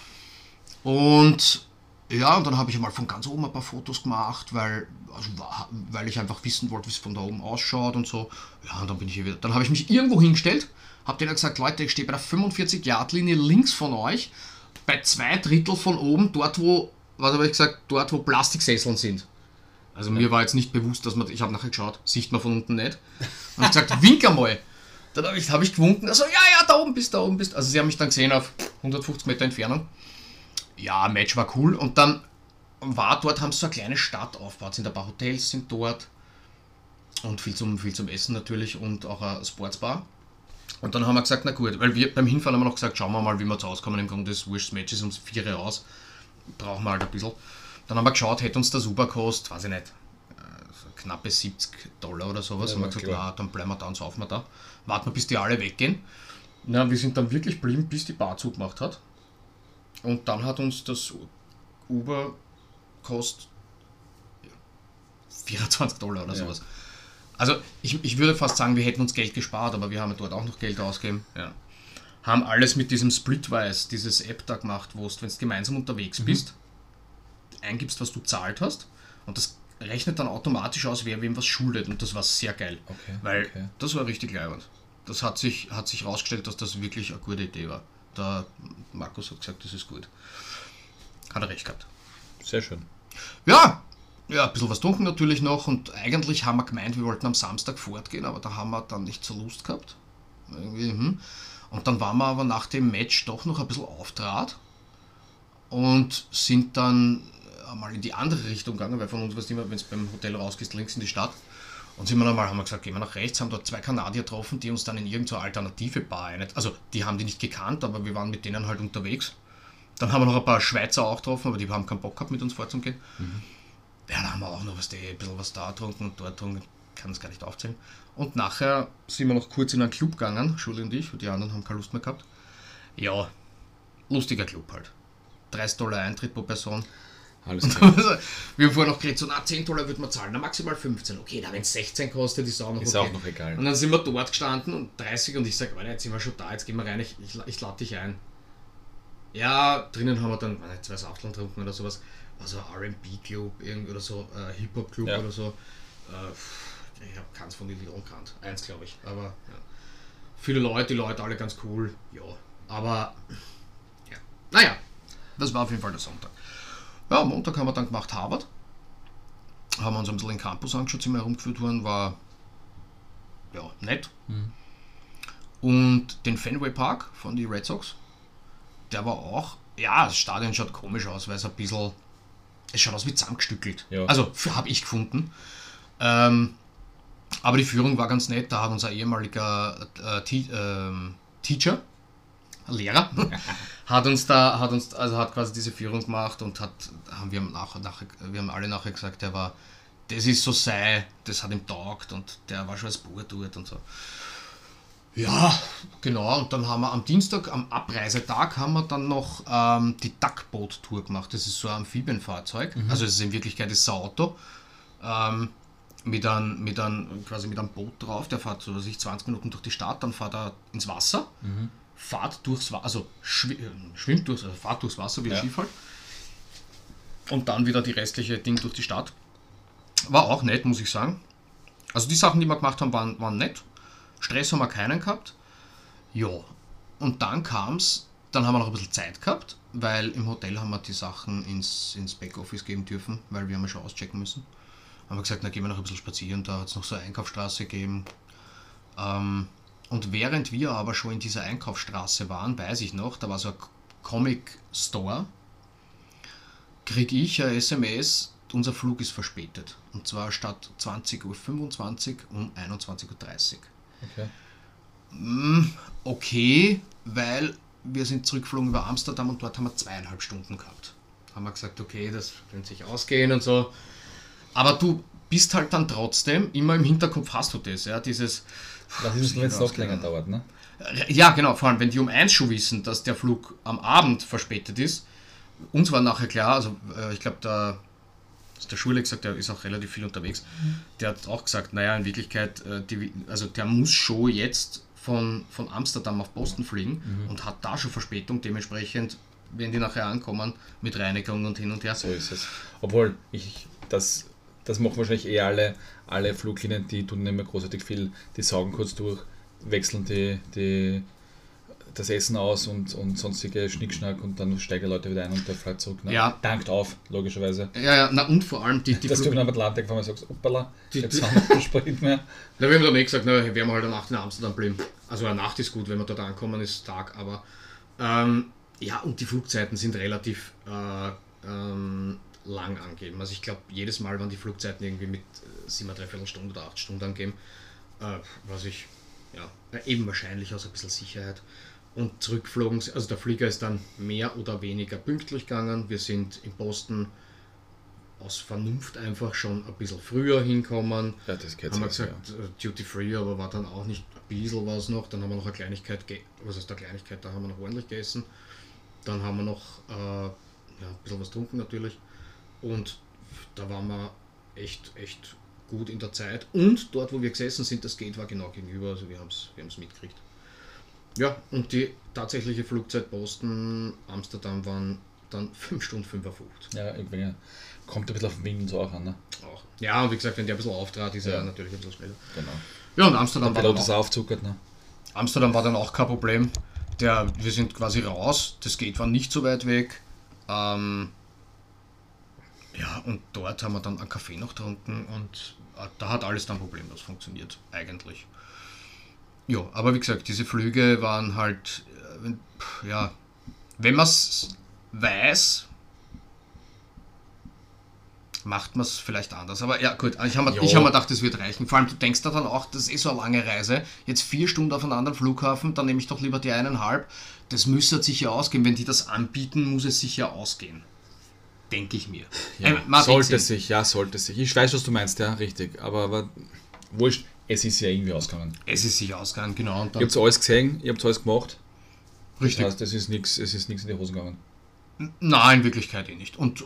Und ja, und dann habe ich mal von ganz oben ein paar Fotos gemacht, weil ich einfach wissen wollte, wie es von da oben ausschaut und so. Ja, und dann habe ich mich irgendwo hingestellt, habe denen gesagt, Leute, ich stehe bei der 45-Yard-Linie links von euch, bei 2/3 von oben, dort wo Plastiksesseln sind. Also mir war jetzt nicht bewusst, ich habe nachher geschaut, sieht man von unten nicht. Und ich gesagt, wink einmal. Dann habe ich gewunken, also ja, da oben bist. Also sie haben mich dann gesehen auf 150 Meter Entfernung. Ja, Match war cool. Und dann haben sie so eine kleine Stadt aufgebaut, sind ein paar Hotels sind dort. Und viel zum Essen natürlich und auch eine Sportsbar. Und dann haben wir gesagt, na gut, weil wir beim Hinfahren haben wir noch gesagt, schauen wir mal, wie wir zu Hause kommen. Im Grunde ist wurscht, das Match ist uns 4 aus. Brauchen wir halt ein bisschen. Dann haben wir geschaut, hätte uns das Uber gekostet, weiß ich nicht, so knappe $70 oder sowas. Ja, haben wir gesagt, klar. na, dann bleiben wir da und saufen wir da. Warten wir, bis die alle weggehen. Na, wir sind dann wirklich geblieben, bis die Bar zugemacht hat. Und dann hat uns das Uber kostet $24 oder Ja. sowas. Also ich würde fast sagen, wir hätten uns Geld gespart, aber wir haben dort auch noch Geld ausgegeben. Ja. Haben alles mit diesem Splitwise, dieses App da gemacht, wo du, wenn du gemeinsam unterwegs bist, eingibst, was du zahlt hast und das rechnet dann automatisch aus, wer wem was schuldet und das war sehr geil. Okay, Weil okay. das war richtig leibend. Das hat sich herausgestellt, dass das wirklich eine gute Idee war. Der Markus hat gesagt, das ist gut. Hat er recht gehabt. Sehr schön. Ja, ein bisschen was trunken natürlich noch und eigentlich haben wir gemeint, wir wollten am Samstag fortgehen, aber da haben wir dann nicht so Lust gehabt. Irgendwie, Und dann waren wir aber nach dem Match doch noch ein bisschen auftrat und sind dann einmal in die andere Richtung gegangen, weil von uns, weißt du immer, wenn du beim Hotel rausgehst, links in die Stadt. Und sind wir nochmal, haben wir gesagt, gehen wir nach rechts, haben dort 2 Kanadier getroffen, die uns dann in irgendeine alternative Bar also die haben die nicht gekannt, aber wir waren mit denen halt unterwegs. Dann haben wir noch ein paar Schweizer auch getroffen, aber die haben keinen Bock gehabt, mit uns vorzugehen. Ja, dann haben wir auch noch ein bisschen was da getrunken und dort getrunken, kann es gar nicht aufzählen. Und nachher sind wir noch kurz in einen Club gegangen, Schule und ich, und die anderen haben keine Lust mehr gehabt. Ja, lustiger Club halt. $30 Eintritt pro Person. Alles klar. Wir haben vorher noch geredet, so, na, $10 würde man zahlen, na, maximal 15. Okay, da wenn es 16 kostet, ist auch noch Ist okay. auch noch egal. Und dann sind wir dort gestanden und 30 und ich sage, jetzt sind wir schon da, jetzt gehen wir rein, ich lade dich ein. Ja, drinnen haben wir dann, weiß nicht, 2 Safteln getrunken oder sowas. War so ein R&B-Club oder so, Hip-Hop-Club Ja. oder so. Ich habe keins von den Liedern gekannt. Eins, glaube ich. Aber ja. Viele Leute, die Leute alle ganz cool. Ja, aber ja. Naja, das war auf jeden Fall der Sonntag. Ja, am Montag haben wir dann gemacht Harvard. Haben wir uns ein bisschen den Campus angeschaut, sind wir herumgeführt worden, war ja nett. Und den Fenway Park von den Red Sox, der war auch, ja, das Stadion schaut komisch aus, weil es ein bisschen, es schaut aus wie zusammengestückelt. Ja. Also, habe ich gefunden. Aber die Führung war ganz nett, da hat unser ehemaliger Teacher, Lehrer, hat quasi diese Führung gemacht und wir haben alle nachher gesagt, das ist so das hat ihm taugt und der war schon als Bub dort und so. Ja, genau, und dann haben wir am Dienstag, am Abreisetag, haben wir dann noch die Duckboat-Tour gemacht. Das ist so ein Amphibienfahrzeug, also es ist in Wirklichkeit ein Auto, mit einem Boot drauf, der fährt so 20 Minuten durch die Stadt, dann fährt er ins Wasser, fährt durchs Wasser, also fährt durchs Wasser wie ein Skifall und dann wieder die restliche Ding durch die Stadt. War auch nett, muss ich sagen. Also die Sachen, die wir gemacht haben, waren nett. Stress haben wir keinen gehabt. Ja, und dann haben wir noch ein bisschen Zeit gehabt, weil im Hotel haben wir die Sachen ins Backoffice geben dürfen, weil wir haben ja schon auschecken müssen. Haben wir gesagt, na gehen wir noch ein bisschen spazieren, da hat es noch so eine Einkaufsstraße gegeben. Und während wir aber schon in dieser Einkaufsstraße waren, weiß ich noch, da war so ein Comic-Store, kriege ich ein SMS, unser Flug ist verspätet. Und zwar statt 20:25 Uhr um 21:30 Uhr. Okay. Okay, weil wir sind zurückgeflogen über Amsterdam und dort haben wir 2,5 Stunden gehabt. Haben wir gesagt, okay, das könnte sich ausgehen und so. Aber du bist halt dann trotzdem, immer im Hinterkopf hast du das, ja, dieses... Was ist, wenn es noch länger dauert, ne? Ja, genau, vor allem wenn die um 1 schon wissen, dass der Flug am Abend verspätet ist. Uns war nachher klar, also ich glaube, der Schule gesagt, der ist auch relativ viel unterwegs, der hat auch gesagt, naja, in Wirklichkeit, der muss schon jetzt von Amsterdam auf Boston fliegen und hat da schon Verspätung, dementsprechend, wenn die nachher ankommen, mit Reinigung und hin und her. So ist es. Obwohl, das machen wahrscheinlich alle Fluglinien, die tun nicht mehr großartig viel, die saugen kurz durch, wechseln das Essen aus und sonstige Schnickschnack und dann steigen Leute wieder ein und der fliegt zurück. Ja. Dankt auf, logischerweise. Ja, na und vor allem Dass du am Atlantik fahren und sagst, hoppala, jetzt haben wir keinen Sprit mehr. Na, wir haben dann nicht gesagt, na, werden wir halt eine Nacht in Amsterdam bleiben. Also eine Nacht ist gut, wenn wir dort ankommen, ist Tag, aber ja, und die Flugzeiten sind relativ lang angeben. Also ich glaube, jedes Mal waren die Flugzeiten irgendwie mit 7,75 Stunden oder 8 Stunden angeben. Was ich, ja, eben wahrscheinlich aus ein bisschen Sicherheit. Und zurückgeflogen, also der Flieger ist dann mehr oder weniger pünktlich gegangen. Wir sind in Boston aus Vernunft einfach schon ein bisschen früher hinkommen. Ja, das geht Haben wir so, gesagt, Duty Free, aber war dann auch nicht ein bisschen was noch. Dann haben wir noch eine Kleinigkeit, was heißt eine Kleinigkeit, da haben wir noch ordentlich gegessen. Dann haben wir noch ein bisschen was getrunken natürlich. Und da waren wir echt gut in der Zeit. Und dort, wo wir gesessen sind, das Gate war genau gegenüber, also wir haben es mitgekriegt. Ja, und die tatsächliche Flugzeit Boston-Amsterdam waren dann 5 Stunden 55. Ja, irgendwie kommt ein bisschen auf den Wind und so auch an, ne? Auch. Ja, und wie gesagt, wenn der ein bisschen auftrat, ist er natürlich ein bisschen schneller. Genau. Ja, und Amsterdam Der Pilot ist aufzuckert, ne? Amsterdam war dann auch kein Problem. Wir sind quasi raus, das Gate war nicht so weit weg. Und dort haben wir dann einen Kaffee noch getrunken und da hat alles dann problemlos funktioniert, eigentlich. Ja, aber wie gesagt, diese Flüge waren halt, wenn man es weiß, macht man es vielleicht anders. Aber ja, gut, ich habe mir gedacht, das wird reichen. Vor allem, du denkst da dann auch, das ist so eine lange Reise. Jetzt 4 Stunden auf einen anderen Flughafen, dann nehme ich doch lieber die 1,5. Das müsste sicher ausgehen. Wenn die das anbieten, muss es sicher ausgehen. Denke ich mir. Ja, sollte sich. Ich weiß, was du meinst, ja, richtig. Aber wurscht, es ist ja irgendwie ausgegangen. Es ist sicher ausgegangen, genau. Und ihr habt alles gesehen, ihr habt alles gemacht. Richtig. Das heißt, es ist nichts in die Hose gegangen. Nein, in Wirklichkeit nicht. Und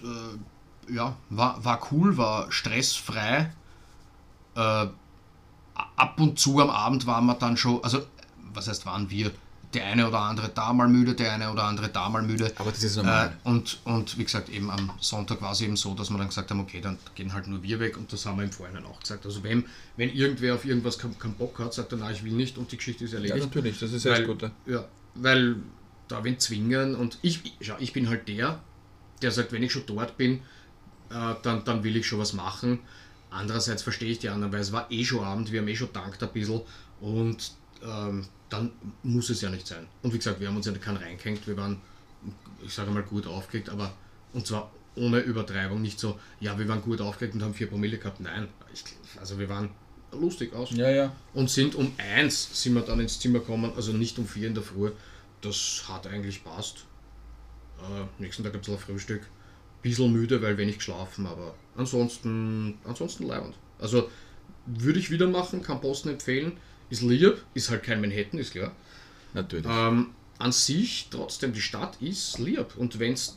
war cool, war stressfrei. Ab und zu am Abend waren wir dann schon, also was heißt waren wir? Der eine oder andere da mal müde, der eine oder andere da mal müde. Aber das ist normal. Und wie gesagt, eben am Sonntag war es eben so, dass wir dann gesagt haben, okay, dann gehen halt nur wir weg und das haben wir im Vorhinein auch gesagt. Also wenn irgendwer auf irgendwas keinen Bock hat, sagt er, nein, ich will nicht und die Geschichte ist erledigt. Ja, natürlich, das ist echt gut. Ja, weil da wen zwingen und ich bin halt der sagt, wenn ich schon dort bin, dann will ich schon was machen. Andererseits verstehe ich die anderen, weil es war schon Abend, wir haben schon gedankt ein bisschen und dann muss es ja nicht sein. Und wie gesagt, wir haben uns ja keinen reingehängt, wir waren, ich sage mal, gut aufgeregt, aber und zwar ohne Übertreibung, nicht so, ja, wir waren gut aufgeregt und haben 4 Promille gehabt, nein, also wir waren lustig aus. Ja. Und sind um 1 sind wir dann ins Zimmer gekommen, also nicht um 4 in der Früh, das hat eigentlich passt. Nächsten Tag ein bisschen Frühstück, bisschen müde, weil wenig geschlafen, aber ansonsten leibend. Also würde ich wieder machen, kann Boston empfehlen, ist lieb, ist halt kein Manhattan, ist klar. Natürlich. An sich trotzdem, die Stadt ist lieb und wenn's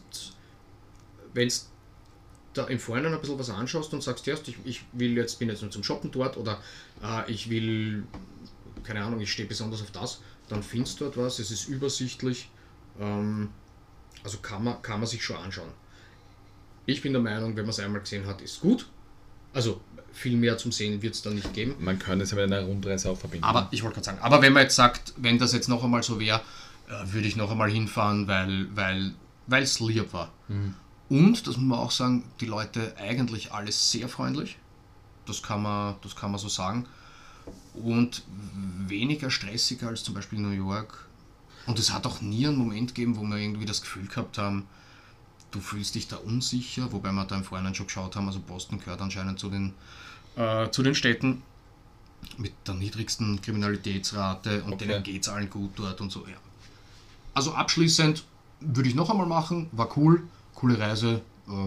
da im Vorhinein ein bisschen was anschaust und sagst, erst ich bin jetzt nur zum Shoppen dort oder ich will, keine Ahnung, ich stehe besonders auf das, dann findest du dort was, es ist übersichtlich, also kann man sich schon anschauen. Ich bin der Meinung, wenn man es einmal gesehen hat, ist gut. Also viel mehr zum Sehen wird es dann nicht geben. Man kann es ja mit einer Rundreise auch verbinden. Aber ich wollte gerade sagen, aber wenn man jetzt sagt, wenn das jetzt noch einmal so wäre, würde ich noch einmal hinfahren, weil es lieb war. Mhm. Und, das muss man auch sagen, die Leute eigentlich alles sehr freundlich. Das kann man so sagen. Und weniger stressiger als zum Beispiel New York. Und es hat auch nie einen Moment gegeben, wo wir irgendwie das Gefühl gehabt haben, du fühlst dich da unsicher, wobei wir da im Vorhinein schon geschaut haben, also Boston gehört anscheinend zu den Städten mit der niedrigsten Kriminalitätsrate und denen geht es allen gut dort und so. Ja. Also abschließend würde ich noch einmal machen, war cool, coole Reise,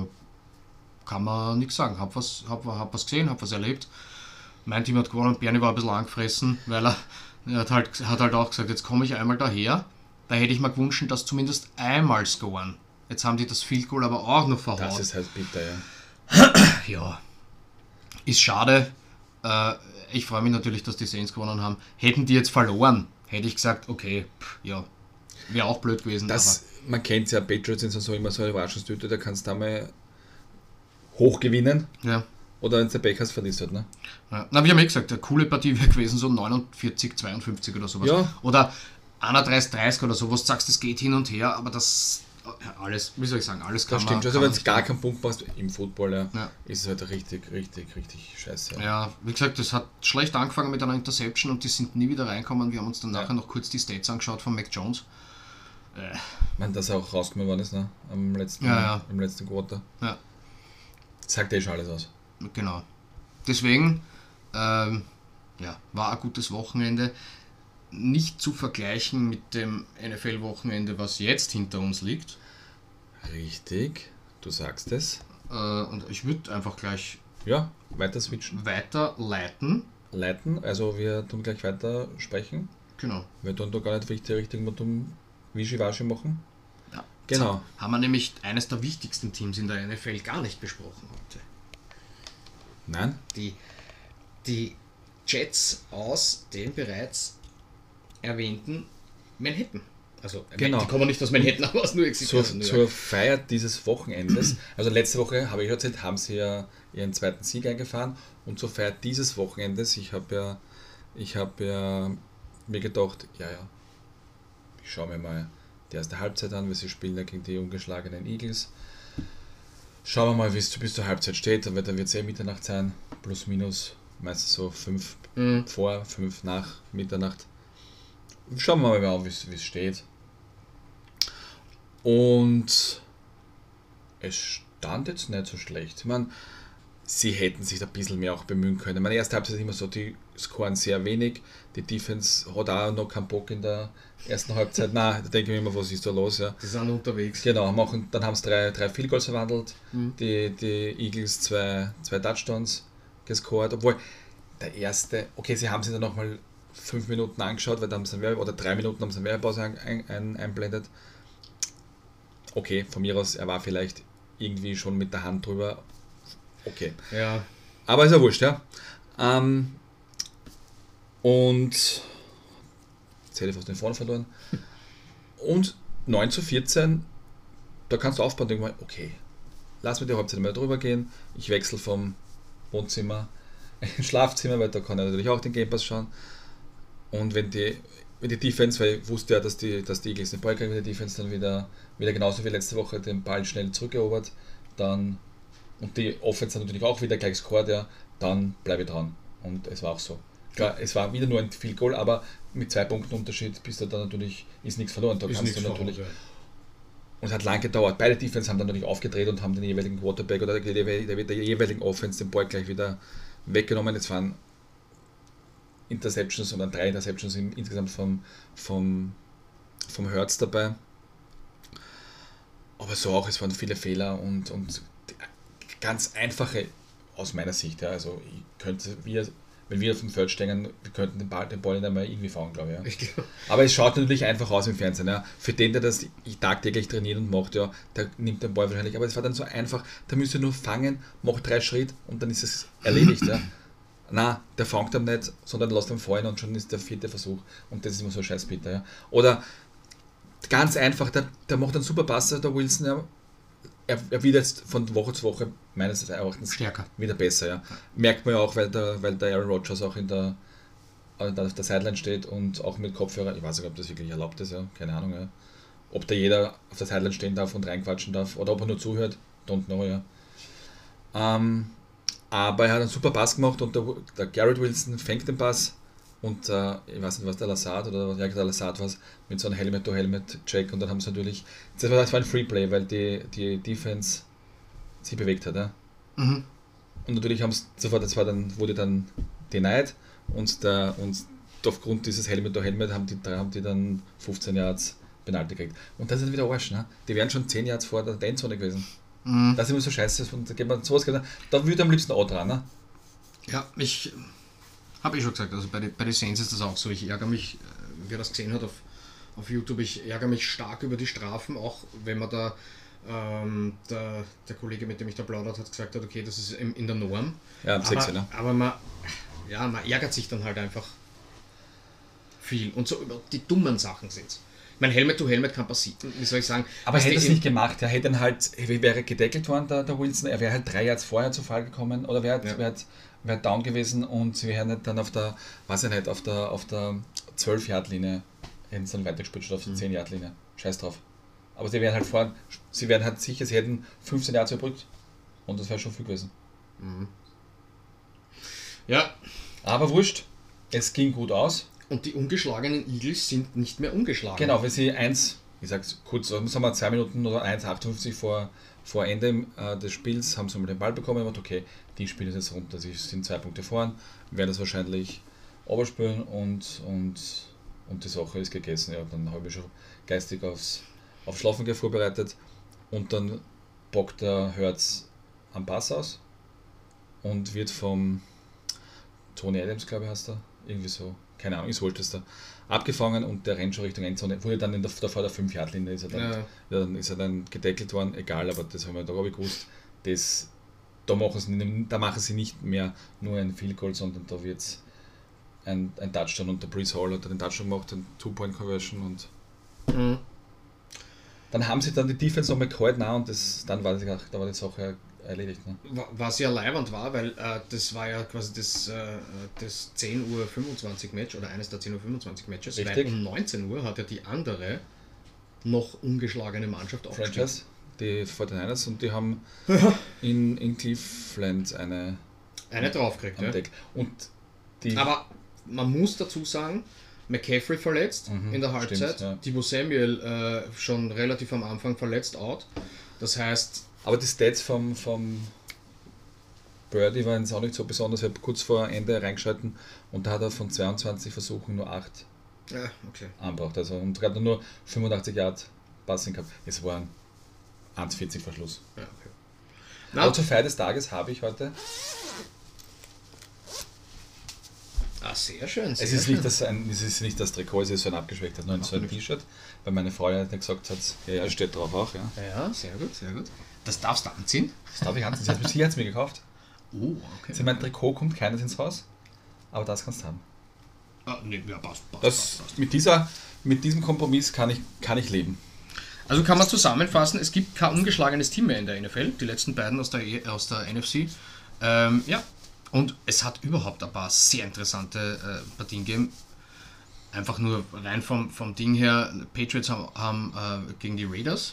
kann man nichts sagen, hab was gesehen, hab was erlebt. Mein Team hat gewonnen, Bernie war ein bisschen angefressen, weil er hat halt auch gesagt, jetzt komme ich einmal daher, da hätte ich mir gewünscht, dass zumindest einmal scoren. Jetzt haben die das Field Goal aber auch noch verhauen. Das ist halt bitter, ja. Ja, ist schade. Ich freue mich natürlich, dass die Saints gewonnen haben. Hätten die jetzt verloren, hätte ich gesagt, okay, ja, wäre auch blöd gewesen. Aber man kennt es ja, Patriots sind so immer so eine Überraschungstüte, da kannst du einmal hoch gewinnen. Ja. Oder wenn es der Packers verliest hat, ne? Ja. Na, wir haben gesagt, eine coole Partie wäre gewesen, so 49, 52 oder sowas. Ja. Oder 31, 30 oder sowas, sagst, es geht hin und her, aber das alles, wie soll ich sagen, alles kann das man... Stimmt, also wenn es gar keinen Punkt machst im Football, ja, ist es halt richtig scheiße. Ja, wie gesagt, das hat schlecht angefangen mit einer Interception und die sind nie wieder reinkommen. Wir haben uns dann nachher noch kurz die Stats angeschaut von Mac Jones. Ich meine, dass er auch rausgekommen worden ist, ne? Im letzten Quarter. Ja. Sagt schon alles aus. Genau. Deswegen, war ein gutes Wochenende. Nicht zu vergleichen mit dem NFL-Wochenende, was jetzt hinter uns liegt. Richtig, du sagst es. und ich würde einfach gleich Ja, weiter switchen. weiterleiten. Leiten, also wir tun gleich weiter sprechen. Genau. Wir tun da gar nicht richtig Wischiwaschi machen. Ja. Genau. Jetzt haben wir nämlich eines der wichtigsten Teams in der NFL gar nicht besprochen heute. Nein? Die Jets aus dem bereits erwähnten Manhattan. Also, Genau. die kommen nicht aus Manhattan, aber aus New York City. Zur Feier dieses Wochenendes, also letzte Woche, habe ich erzählt, haben sie ja ihren zweiten Sieg eingefahren und zur Feier dieses Wochenendes, ich habe ja mir gedacht, ich schaue mir mal die erste Halbzeit an, weil sie spielen ja gegen die ungeschlagenen Eagles. Schauen wir mal, wie es bis zur Halbzeit steht, dann wird es Mitternacht sein, plus minus, meistens so 5 vor, 5 nach Mitternacht. Schauen wir mal an, wie es steht. Und es stand jetzt nicht so schlecht. Ich meine, sie hätten sich da ein bisschen mehr auch bemühen können. Meine erste Halbzeit ist immer so, die scoren sehr wenig. Die Defense hat auch noch keinen Bock in der ersten Halbzeit. Nein, da denke ich mir immer, was ist da los? Ja. Die sind unterwegs. Genau, dann haben sie drei Field Goals verwandelt. Die Eagles zwei Touchdowns gescored. Obwohl der erste, okay, sie haben sich dann nochmal 5 Minuten angeschaut, weil da haben sie oder 3 Minuten haben sie eine Werbepause einblendet. Okay, von mir aus, er war vielleicht irgendwie schon mit der Hand drüber. Okay. Ja. Aber ist ja wurscht, ja. Und jetzt hätte ich fast den vorne verloren. Und 9:14, da kannst du aufbauen und denken, okay, lass mir die Halbzeit mal drüber gehen. Ich wechsle vom Wohnzimmer ins Schlafzimmer, weil da kann ich natürlich auch den Game Pass schauen. Und wenn die Defense, weil ich wusste ja, dass die Eagles den Ball kriegen, wenn die Defense dann wieder genauso wie letzte Woche den Ball schnell zurückerobert, dann und die Offense dann natürlich auch wieder gleich scored, ja, dann bleibe ich dran. Und es war auch so. Klar, es war wieder nur ein Field Goal, aber mit 2 Punkten Unterschied bist du dann natürlich, ist nichts verloren. Da kannst du natürlich. Und es hat lange gedauert. Beide Defense haben dann natürlich aufgedreht und haben den jeweiligen Quarterback oder der jeweiligen Offense den Ball gleich wieder weggenommen. Es waren Interceptions oder 3 Interceptions insgesamt vom Hurts dabei. Aber so auch, es waren viele Fehler und ganz einfache, aus meiner Sicht, ja, also wenn wir auf dem Feld stehen, wir könnten den Ball nicht einmal irgendwie fahren, glaube ich. Ja. Aber es schaut natürlich einfach aus im Fernsehen. Ja. Für den, der das tagtäglich trainiert und macht, ja, der nimmt den Ball wahrscheinlich. Aber es war dann so einfach, der müsste nur fangen, macht 3 Schritte und dann ist es erledigt. Ja. Na, der fängt dann nicht, sondern lässt ihn fallen und schon ist der 4. Versuch. Und das ist immer so scheiß bitter. Ja. Oder ganz einfach, der macht einen super Pass, der Wilson, ja. Er wird jetzt von Woche zu Woche meines Erachtens stärker, wieder besser. Ja. Merkt man ja auch, weil der Aaron Rodgers auch auf der Sideline steht und auch mit Kopfhörer. Ich weiß nicht, ob das wirklich erlaubt ist, ja. Keine Ahnung. Ja. Ob da jeder auf der Sideline stehen darf und reinquatschen darf oder ob er nur zuhört, don't know. Ja. Aber er hat einen super Pass gemacht und der Garrett Wilson fängt den Pass und ich weiß nicht, was der Lazard oder der Lazard war, mit so einem Helmet-to-Helmet-Check und dann haben sie natürlich, das war ein Free-Play, weil die Defense sich bewegt hat. Ja? Und natürlich haben sie sofort, wurde dann denied und aufgrund dieses Helmet-to-Helmet haben die dann 15 Yards Penalty gekriegt. Und das ist wieder Arsch, ne? Die wären schon 10 Yards vor der Endzone gewesen. Das ist immer so scheiße, und da geht man sowas gesagt, da würde am liebsten auch dran, ne? Ja, habe ich schon gesagt, also bei den Saints ist das auch so. Ich ärgere mich, wer das gesehen hat auf YouTube, ich ärgere mich stark über die Strafen, auch wenn man da der Kollege, mit dem ich da plaudert hat, gesagt hat, okay, das ist in der Norm. Ja, am 6, ne? Aber man ärgert sich dann halt einfach viel. Und so über die dummen Sachen sind es. Mein Helmet-to-Helmet kann passieren, wie soll ich sagen. Aber er hätte es nicht gemacht, er wäre gedeckelt worden, der Wilson, er wäre halt 3 Yards vorher zu Fall gekommen oder wäre down gewesen und sie wären nicht dann auf der 12-Yard-Linie, hätten sie dann weitergespielt statt auf der 10-Yard-Linie. Scheiß drauf. Aber sie wären halt sicher, sie hätten 15 Yards überbrückt und das wäre schon viel gewesen. Ja. Aber wurscht, es ging gut aus. Und die ungeschlagenen Eagles sind nicht mehr ungeschlagen. Genau, weil sie ich sag's kurz, sagen wir 2 Minuten oder 1,58 vor Ende des Spiels haben sie mal den Ball bekommen und okay, die spielen jetzt runter, sie sind 2 Punkte vorn, werden das wahrscheinlich überspielen und die Sache ist gegessen. Ja, dann habe ich schon geistig aufs Schlafen vorbereitet und dann bockt der Hurts am Pass aus und wird vom Tony Adams, glaube ich, heißt er, irgendwie so, keine Ahnung, ist Wolchester, abgefangen und der rennt schon Richtung Endzone, wurde dann vor der 5-Yard-Linie, dann ist er dann gedeckelt worden, egal, aber das haben wir da habe ich gewusst, da machen sie nicht mehr nur ein Field Goal, sondern da wird es ein Touchdown und der Breece Hall hat den Touchdown gemacht, ein Two-Point-Conversion und dann haben sie dann die Defense nochmal gehalten und da war die Sache erledigt. Ne? Was ja leibend war, weil das war ja quasi das 10:25 Uhr Match oder eines der 10:25 Uhr Matches, Richtig. Weil um 19 Uhr hat ja die andere noch ungeschlagene Mannschaft aufgespielt. Die 49ers, und die haben in Cleveland eine draufgekriegt. Ja. Und aber man muss dazu sagen, McCaffrey verletzt in der Halbzeit, stimmt, ja. Deebo Samuel schon relativ am Anfang verletzt out. Das heißt... Aber die Stats vom Birdie waren jetzt auch nicht so besonders. Ich habe kurz vor Ende reingeschalten und da hat er von 22 Versuchen nur 8 angebracht. Also, und gerade nur 85 Yard Passing gehabt. Es waren 1,40 Verschluss. Ja, okay. Aber zur Feier des Tages habe ich heute... sehr schön. Es ist nicht das Trikot, es ist so ein abgeschwächtes, nur so ein T-Shirt, weil meine Frau ja gesagt hat, ja, steht drauf auch. Ja. Ja, sehr gut, sehr gut. Das darfst du anziehen? Das darf ich anziehen, sie hat es mir gekauft. Oh, okay. Sie meint, Trikot kommt keines ins Haus, aber das kannst du haben. Passt. Mit diesem Kompromiss kann ich leben. Also kann man zusammenfassen, es gibt kein ungeschlagenes Team mehr in der NFL, die letzten beiden aus der NFC. Ja. Und es hat überhaupt ein paar sehr interessante Partien gegeben. Einfach nur rein vom Ding her, Patriots haben gegen die Raiders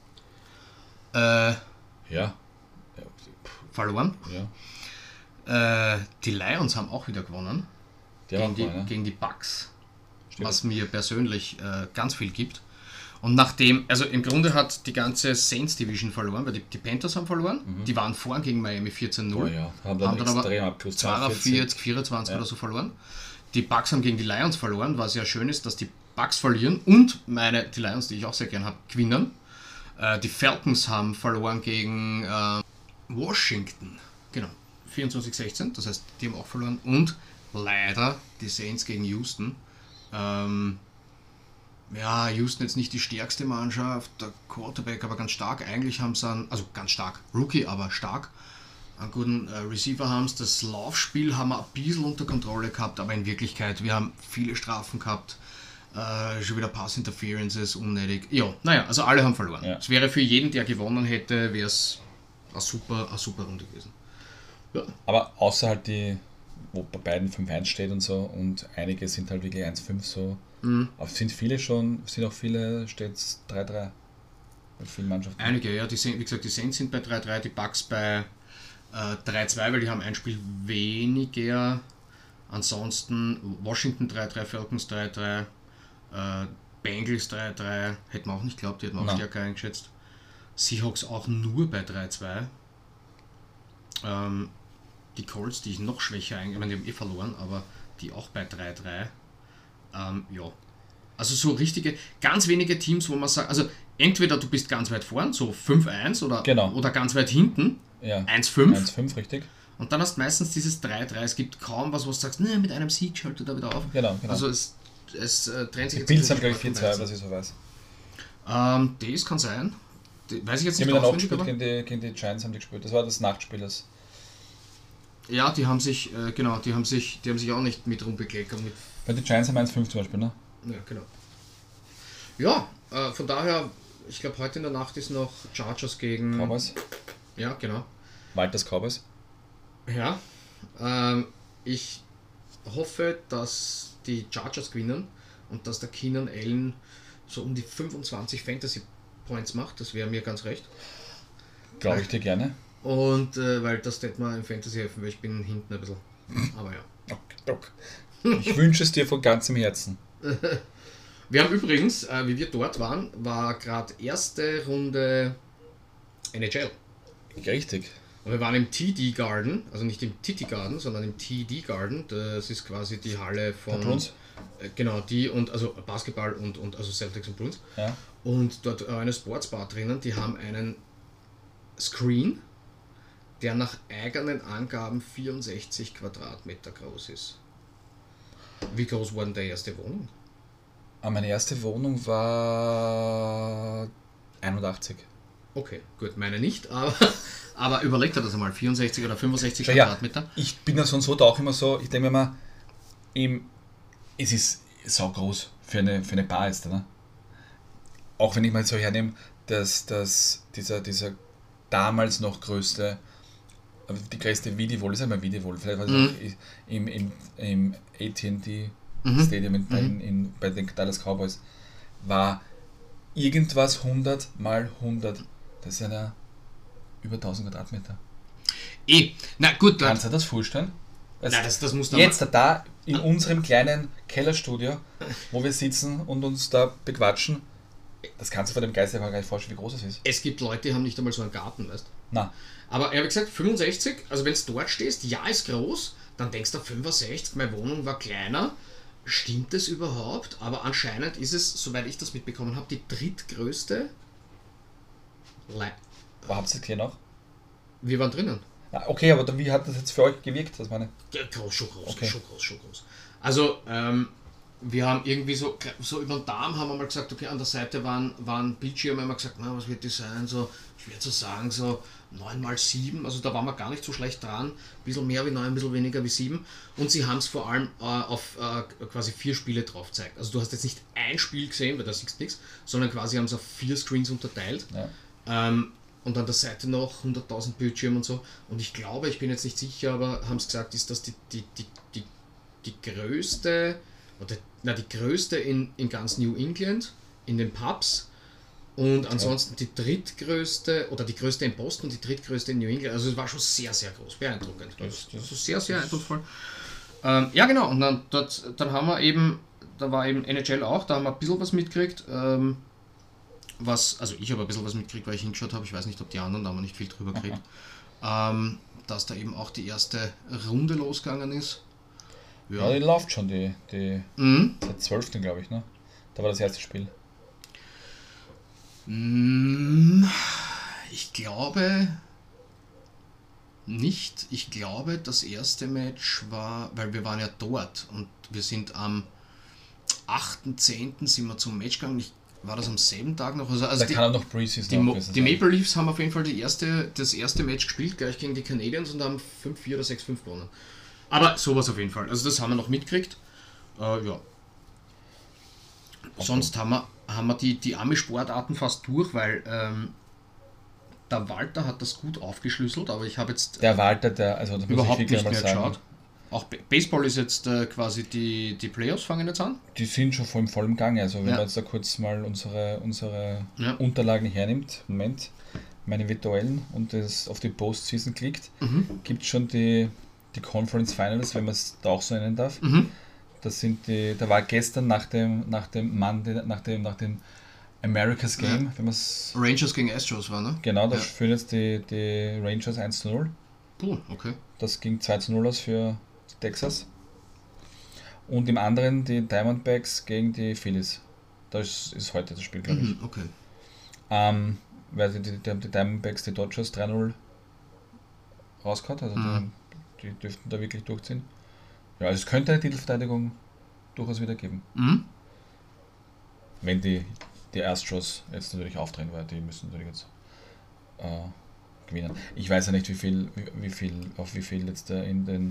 verloren. Ja. Die Lions haben auch wieder gewonnen. Gegen die Bucks. Stimmt. Was mir persönlich ganz viel gibt. Und nachdem, also im Grunde hat die ganze Saints Division verloren, weil die Panthers haben verloren, die waren vorn gegen Miami 14-0, haben dann aber 42, 24 oder so verloren. Die Bucks haben gegen die Lions verloren, was ja schön ist, dass die Bucks verlieren und die Lions, die ich auch sehr gern habe, gewinnen. Die Falcons haben verloren gegen Washington, genau, 24-16, das heißt, die haben auch verloren und leider die Saints gegen Houston. Ja, Houston jetzt nicht die stärkste Mannschaft, der Quarterback aber ganz stark. Eigentlich haben sie ganz stark, Rookie, aber stark. Einen guten Receiver haben sie. Das Laufspiel haben wir ein bisschen unter Kontrolle gehabt, aber in Wirklichkeit, wir haben viele Strafen gehabt. Schon wieder Pass-Interferences, unnötig. Ja, naja, also alle haben verloren. Ja. Es wäre für jeden, der gewonnen hätte, wäre es eine super Runde gewesen. Ja. Aber außer halt wo bei beiden 5-1 steht und so, und einige sind halt wirklich 1-5 so. Aber sind auch viele, steht es 3-3 bei vielen Mannschaften. Einige, ja, wie gesagt, die Saints sind bei 3-3, die Bucks bei 3-2, weil die haben ein Spiel weniger. Ansonsten Washington 3-3, Falcons 3-3, Bengals 3-3, hätten wir auch nicht geglaubt, die hätten wir auch stärker eingeschätzt. Seahawks auch nur bei 3-2. Die Colts, die ich noch schwächer die haben verloren, aber die auch bei 3-3. Ja, also so richtige, ganz wenige Teams, wo man sagt, also entweder du bist ganz weit vorn, so 5-1 oder ganz weit hinten, 1-5. 1-5, richtig. Und dann hast du meistens dieses 3-3, es gibt kaum was, wo du sagst, ne, mit einem Sieg schaltet er wieder auf. Genau. Also es trennt sich jetzt. Die Bills haben, glaube ich, 4-2, was ich so weiß. Das kann sein. Weiß ich jetzt nicht auswendig, aber gegen die Giants haben die gespielt, das war das Nachtspielers. Ja, die haben sich auch nicht mit rumbekleckert. Weil die Giants haben 1-5 zum Beispiel, ne? Ja, genau. Ja, von daher, ich glaube, heute in der Nacht ist noch Chargers gegen... Cowboys. Ja, genau. Walters Cowboys. Ja, ich hoffe, dass die Chargers gewinnen und dass der Keenan Allen so um die 25 Fantasy Points macht. Das wäre mir ganz recht. Glaube ich dir gerne. Und weil das wird mir im Fantasy helfen, weil ich bin hinten ein bisschen. Aber ja. Okay. Ich wünsche es dir von ganzem Herzen. Wir haben übrigens, wie wir dort waren, war gerade erste Runde NHL. Richtig. Und wir waren im TD Garden, also nicht im TT Garden, sondern im TD Garden. Das ist quasi die Halle von... Bruins? Genau, die und also Basketball und also Celtics und Bruins. Ja. Und dort eine Sportsbar drinnen, die haben einen Screen der nach eigenen Angaben 64 Quadratmeter groß ist. Wie groß war denn der erste Wohnung? Meine erste Wohnung war 81. Okay, gut, meine nicht, aber überlegt er das einmal, 64 oder 65 Ja, Quadratmeter? ich bin ja sonst so auch immer so, ich denke mir mal, es ist so groß für eine Bar jetzt, ne? Auch wenn ich mal so hernehme, dass dieser damals noch größte, die größte Videowall, ist einmal Videowall, vielleicht war es auch im AT&T Stadium bei den Dallas Cowboys, war irgendwas 100 mal 100. Das sind ja über 1000 Quadratmeter. Na gut, Kannst du dir das vorstellen? Nein, das muss jetzt da in unserem kleinen Kellerstudio, wo wir sitzen und uns da bequatschen, das kannst du vor dem Geist gar nicht vorstellen, wie groß es ist. Es gibt Leute, die haben nicht einmal so einen Garten, weißt du? Na. Aber er hat gesagt, 65, also wenn du dort stehst, ja, ist groß, dann denkst du 65, meine Wohnung war kleiner. Stimmt das überhaupt? Aber anscheinend ist es, soweit ich das mitbekommen habe, die drittgrößte. Wo habt ihr es hier noch? Wir waren drinnen. Okay, aber wie hat das jetzt für euch gewirkt? Das meine? Ja, groß, schon groß, okay. schon groß. Also, wir haben irgendwie so über den Darm haben wir mal gesagt, okay, an der Seite waren Bildschirme, haben wir gesagt, na, was wird das sein? So, schwer zu sagen, so 9x7, also da waren wir gar nicht so schlecht dran. Ein bisschen mehr wie 9, ein bisschen weniger wie 7. Und sie haben es vor allem auf quasi 4 Spiele drauf gezeigt. Also du hast jetzt nicht ein Spiel gesehen, weil da siehst du nichts, sondern quasi haben es auf 4 Screens unterteilt. Ja. Und an der Seite noch 100.000 Bildschirme und so. Und ich glaube, ich bin jetzt nicht sicher, aber haben es gesagt, ist das die größte, die größte in ganz New England, in den Pubs. Und ansonsten die drittgrößte, oder die größte in Boston, die drittgrößte in New England. Also es war schon sehr, sehr groß, beeindruckend. Das ist sehr, sehr eindrucksvoll. Ja genau, und dann haben wir eben, da war eben NHL auch, da haben wir ein bisschen was mitgekriegt. Also ich habe ein bisschen was mitgekriegt, weil ich hingeschaut habe, ich weiß nicht, ob die anderen, da haben wir nicht viel drüber gekriegt, dass da eben auch die erste Runde losgegangen ist. Ja, die läuft schon, die seit 12. glaube ich, ne? Da war das erste Spiel. Ich glaube nicht. Ich glaube, das erste Match war, weil wir waren ja dort und wir sind am 8.10. sind wir zum Match gegangen. War das am selben Tag noch? Also da kann auch noch Preseason die Maple Leafs haben auf jeden Fall das erste Match gespielt, gleich gegen die Canadiens und haben 5-4 oder 6-5 gewonnen. Aber sowas auf jeden Fall. Also das haben wir noch mitgekriegt. Ja. Okay. Sonst haben wir die Ami-Sportarten fast durch, weil der Walter hat das gut aufgeschlüsselt, aber ich habe jetzt der Walter, also das überhaupt nicht mehr geschaut. Auch Baseball ist jetzt quasi die Playoffs fangen jetzt an? Die sind schon voll im Gange. Also wenn man jetzt da kurz mal unsere Unterlagen hernimmt, Moment, meine virtuellen und das auf die Postseason klickt, gibt es schon die Conference Finals, wenn man es da auch so nennen darf. Das sind da war gestern nach dem America's Game, wenn man es. Rangers gegen Astros war, ne? Genau, da führen jetzt die Rangers 1-0. Okay. Das ging 2-0 aus für Texas. Und im anderen die Diamondbacks gegen die Phillies. Das ist heute das Spiel, glaube ich. Okay. Weil die Diamondbacks die Dodgers 3-0 rausgehauen, also die dürften da wirklich durchziehen. Ja, also es könnte eine Titelverteidigung durchaus wieder geben. Wenn die Astros jetzt natürlich aufdrehen, weil die müssen natürlich jetzt gewinnen. Ich weiß ja nicht, auf wie viel jetzt in den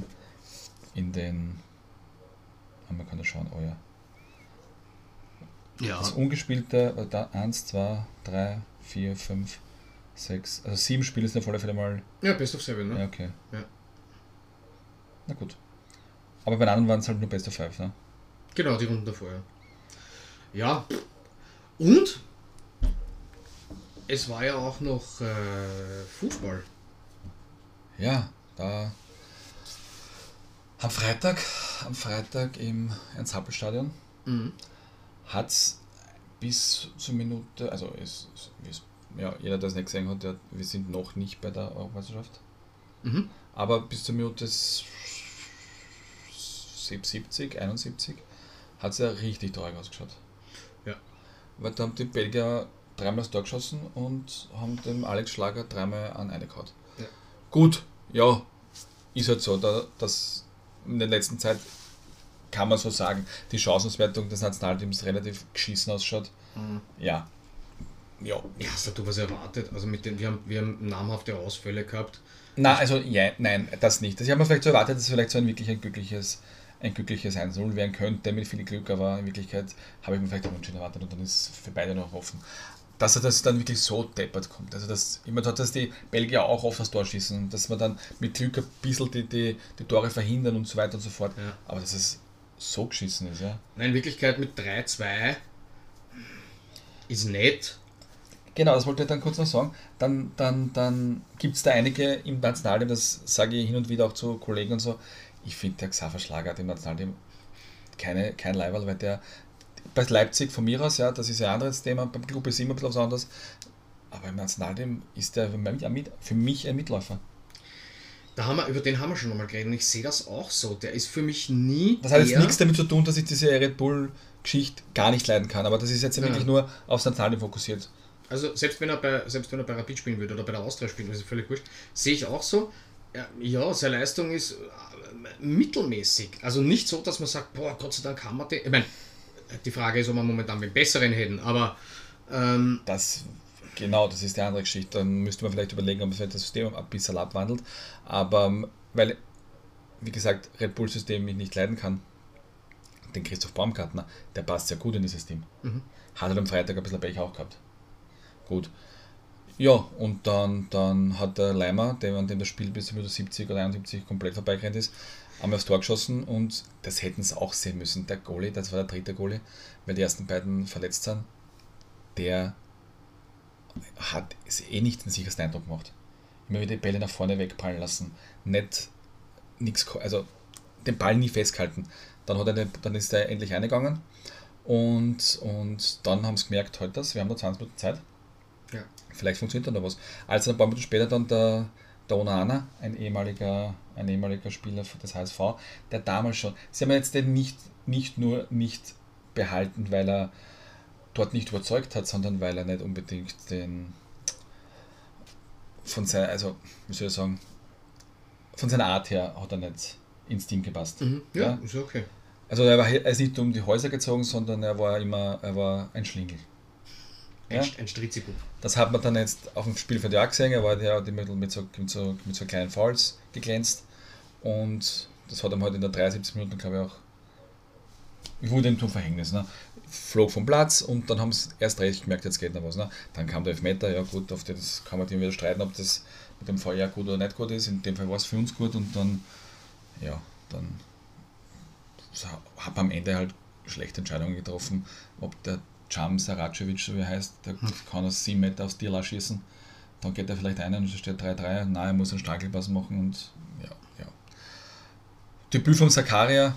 man kann da schauen, ja. Das ungespielte, 1, 2, 3, 4, 5, 6, also 7 Spiele sind auf alle Fälle mal. Ja, Best of 7, ne? Ja, okay. Ja. Na gut. Aber bei den anderen waren es halt nur Best of 5, ne? Genau, die Runden davor, ja. Ja. Und es war ja auch noch Fußball. Ja, da am Freitag im Ernst-Happel-Stadion hat es bis zur Minute, also jeder, der es nicht gesehen hat, wir sind noch nicht bei der Europameisterschaft, aber bis zur Minute 70, 71 hat es ja richtig traurig ausgeschaut. Ja. Weil da haben die Belgier 3-mal das Tor geschossen und haben dem Alex Schlager 3-mal an eine gehauen. Ja. Gut, ja, ist halt so, dass in der letzten Zeit kann man so sagen, die Chancenauswertung des Nationalteams relativ geschissen ausschaut. Ja. Ja. Ja, hast du was erwartet? Also wir haben namhafte Ausfälle gehabt. Nein, das nicht. Ich habe mir vielleicht so erwartet, dass es vielleicht so ein glückliches 1-0 werden könnte mit viel Glück, aber in Wirklichkeit habe ich mir vielleicht ein Unentschieden erwartet und dann ist für beide noch offen. Dass er das dann wirklich so deppert kommt. Also immer dort, dass die Belgier auch oft das Tor schießen und dass man dann mit Glück ein bisschen die Tore verhindern und so weiter und so fort. Ja. Aber dass es so geschissen ist, ja. Nein, in Wirklichkeit mit 3-2 ist nett. Genau, das wollte ich dann kurz noch sagen. Dann gibt es da einige im Nationalteam, das sage ich hin und wieder auch zu Kollegen und so. Ich finde, der Xaver Schlager hat im Nationalteam kein Leiberl, weil der bei Leipzig von mir aus, ja, das ist ja ein anderes Thema, beim Club ist immer ein bisschen was anderes. Aber im Nationalteam ist der für mich ein Mitläufer. Über den haben wir schon einmal geredet und ich sehe das auch so. Der ist für mich nie. Das hat jetzt nichts damit zu tun, dass ich diese Red Bull-Geschichte gar nicht leiden kann, aber das ist jetzt wirklich nur aufs Nationalteam fokussiert. Also selbst wenn er bei Rapid spielen würde oder bei der Austria spielen, das ist völlig wurscht, sehe ich auch so. Ja, seine Leistung ist mittelmäßig. Also nicht so, dass man sagt, boah, Gott sei Dank haben wir den. Ich meine, die Frage ist, ob wir momentan den besseren hätten, aber das ist die andere Geschichte. Dann müsste man vielleicht überlegen, ob man das System ein bisschen abwandelt. Aber weil, wie gesagt, Red Bull-System ich nicht leiden kann, den Christoph Baumgartner, der passt sehr gut in dieses Team. Hat halt am Freitag ein bisschen Pech auch gehabt. Gut. Ja, und dann hat der Leimer, an dem das Spiel bis 70 oder 71 komplett vorbeigerannt ist, einmal aufs Tor geschossen und das hätten sie auch sehen müssen. Der Goalie, das war der dritte Goalie, weil die ersten beiden verletzt sind, der hat es nicht den sichersten Eindruck gemacht. Immer wieder die Bälle nach vorne wegprallen lassen. Also den Ball nie festgehalten. Dann ist er endlich eingegangen und dann haben sie gemerkt, wir haben noch 20 Minuten Zeit. Ja. Vielleicht funktioniert dann noch was. Als ein paar Minuten später dann der Onana, ein ehemaliger Spieler des HSV, der damals schon, sie haben jetzt den nicht nur nicht behalten, weil er dort nicht überzeugt hat, sondern weil er nicht unbedingt von seiner Art her hat er nicht ins Team gepasst. Ja, ist okay. Also er ist nicht um die Häuser gezogen, sondern er war ein Schlingel. Ja? Ein Stritzibub. Das hat man dann jetzt auf dem Spielfeld ja gesehen, er war ja mit so kleinen Fouls geglänzt und das hat ihm halt in der 73 Minuten, glaube ich, auch wurde ihm zum Verhängnis. Ne? Flog vom Platz und dann haben sie erst recht gemerkt, jetzt geht noch was. Ne? Dann kam der Elfmeter, ja gut, auf das kann man wieder streiten, ob das mit dem VR gut oder nicht gut ist. In dem Fall war es für uns gut und dann hat man am Ende halt schlechte Entscheidungen getroffen, ob der Cam Saracevic, so wie er heißt, der kann aus 7 Meter aufs Tierla schießen, dann geht er vielleicht ein und es steht 3-3, nein, er muss einen Stachelpass machen und ja. Debüt von Zakaria,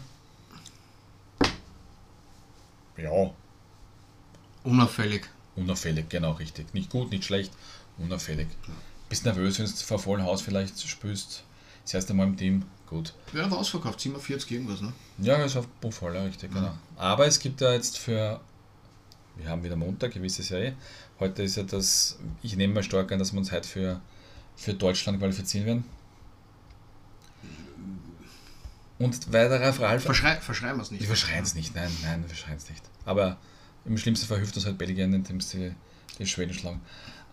ja. Unauffällig, genau, richtig. Nicht gut, nicht schlecht, unauffällig. Bist nervös, wenn du vor vollem Haus vielleicht spielst, das erste Mal im Team, gut. Ja, war ausverkauft, 47 irgendwas, ne? Ja, das war voll, ja, richtig, genau. Aber es gibt ja jetzt wir haben wieder Montag, ihr wisst es ja eh. Heute ist ja ich nehme mal stark an, dass wir uns heute für Deutschland qualifizieren werden. Und weil der Ralf... Verschreien wir es nicht. Wir verschreien es nicht, nein, wir verschreien es nicht. Aber im schlimmsten Fall hilft uns halt Belgien, indem sie die Schweden schlagen.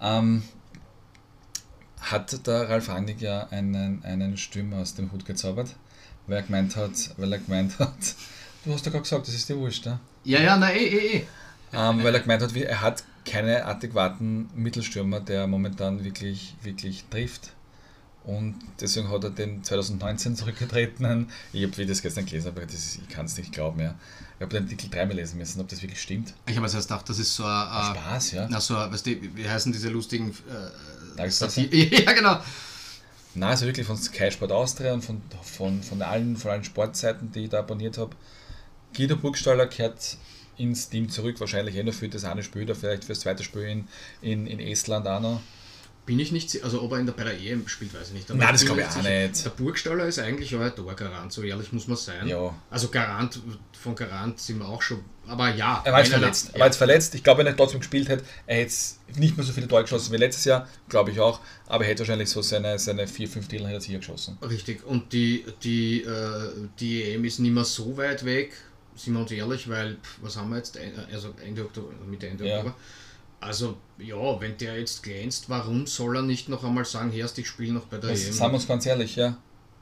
Hat der Ralf Rangnick ja einen Stürmer aus dem Hut gezaubert, weil er gemeint hat, du hast ja gerade gesagt, das ist dir wurscht, ne? Ja, nein, weil er gemeint hat, er hat keine adäquaten Mittelstürmer, der momentan wirklich, wirklich trifft. Und deswegen hat er den 2019 zurückgetretenen, ich habe das gestern gelesen, aber ich kann es nicht glauben, ja. Ich habe den Artikel 3-mal lesen müssen, ob das wirklich stimmt. Ich habe erst gedacht, das ist so ein Spaß, ja. Wie heißen diese lustigen Ja, genau. Nein, also wirklich von Sky Sport Austria und von allen Sportseiten, die ich da abonniert habe. Guido Burgstaller kehrt ins Team zurück, wahrscheinlich nur für das eine Spiel oder vielleicht für das zweite Spiel in Estland auch noch. bin ich nicht, also ob er bei der EM spielt, weiß ich nicht. Aber Nein, das glaube ich auch nicht. Der Burgstaller ist eigentlich auch ein Torgarant, so ehrlich muss man sein. Ja. Also Garant sind wir auch schon, aber ja. Er war jetzt verletzt. Er war jetzt verletzt. Ich glaube, wenn er trotzdem gespielt hätte, er hätte nicht mehr so viele Tore geschossen wie letztes Jahr, glaube ich auch, aber er hätte wahrscheinlich so seine 4-5 Titel hätte er sicher geschossen. Richtig, und die EM ist nicht mehr so weit weg, sind wir uns ehrlich, weil, was haben wir jetzt, also Ende Oktober, Mitte Ende Oktober. Also, ja, wenn der jetzt glänzt, warum soll er nicht noch einmal sagen, Herst, ich spiele noch bei der EM? Sagen wir uns ganz ehrlich, ja.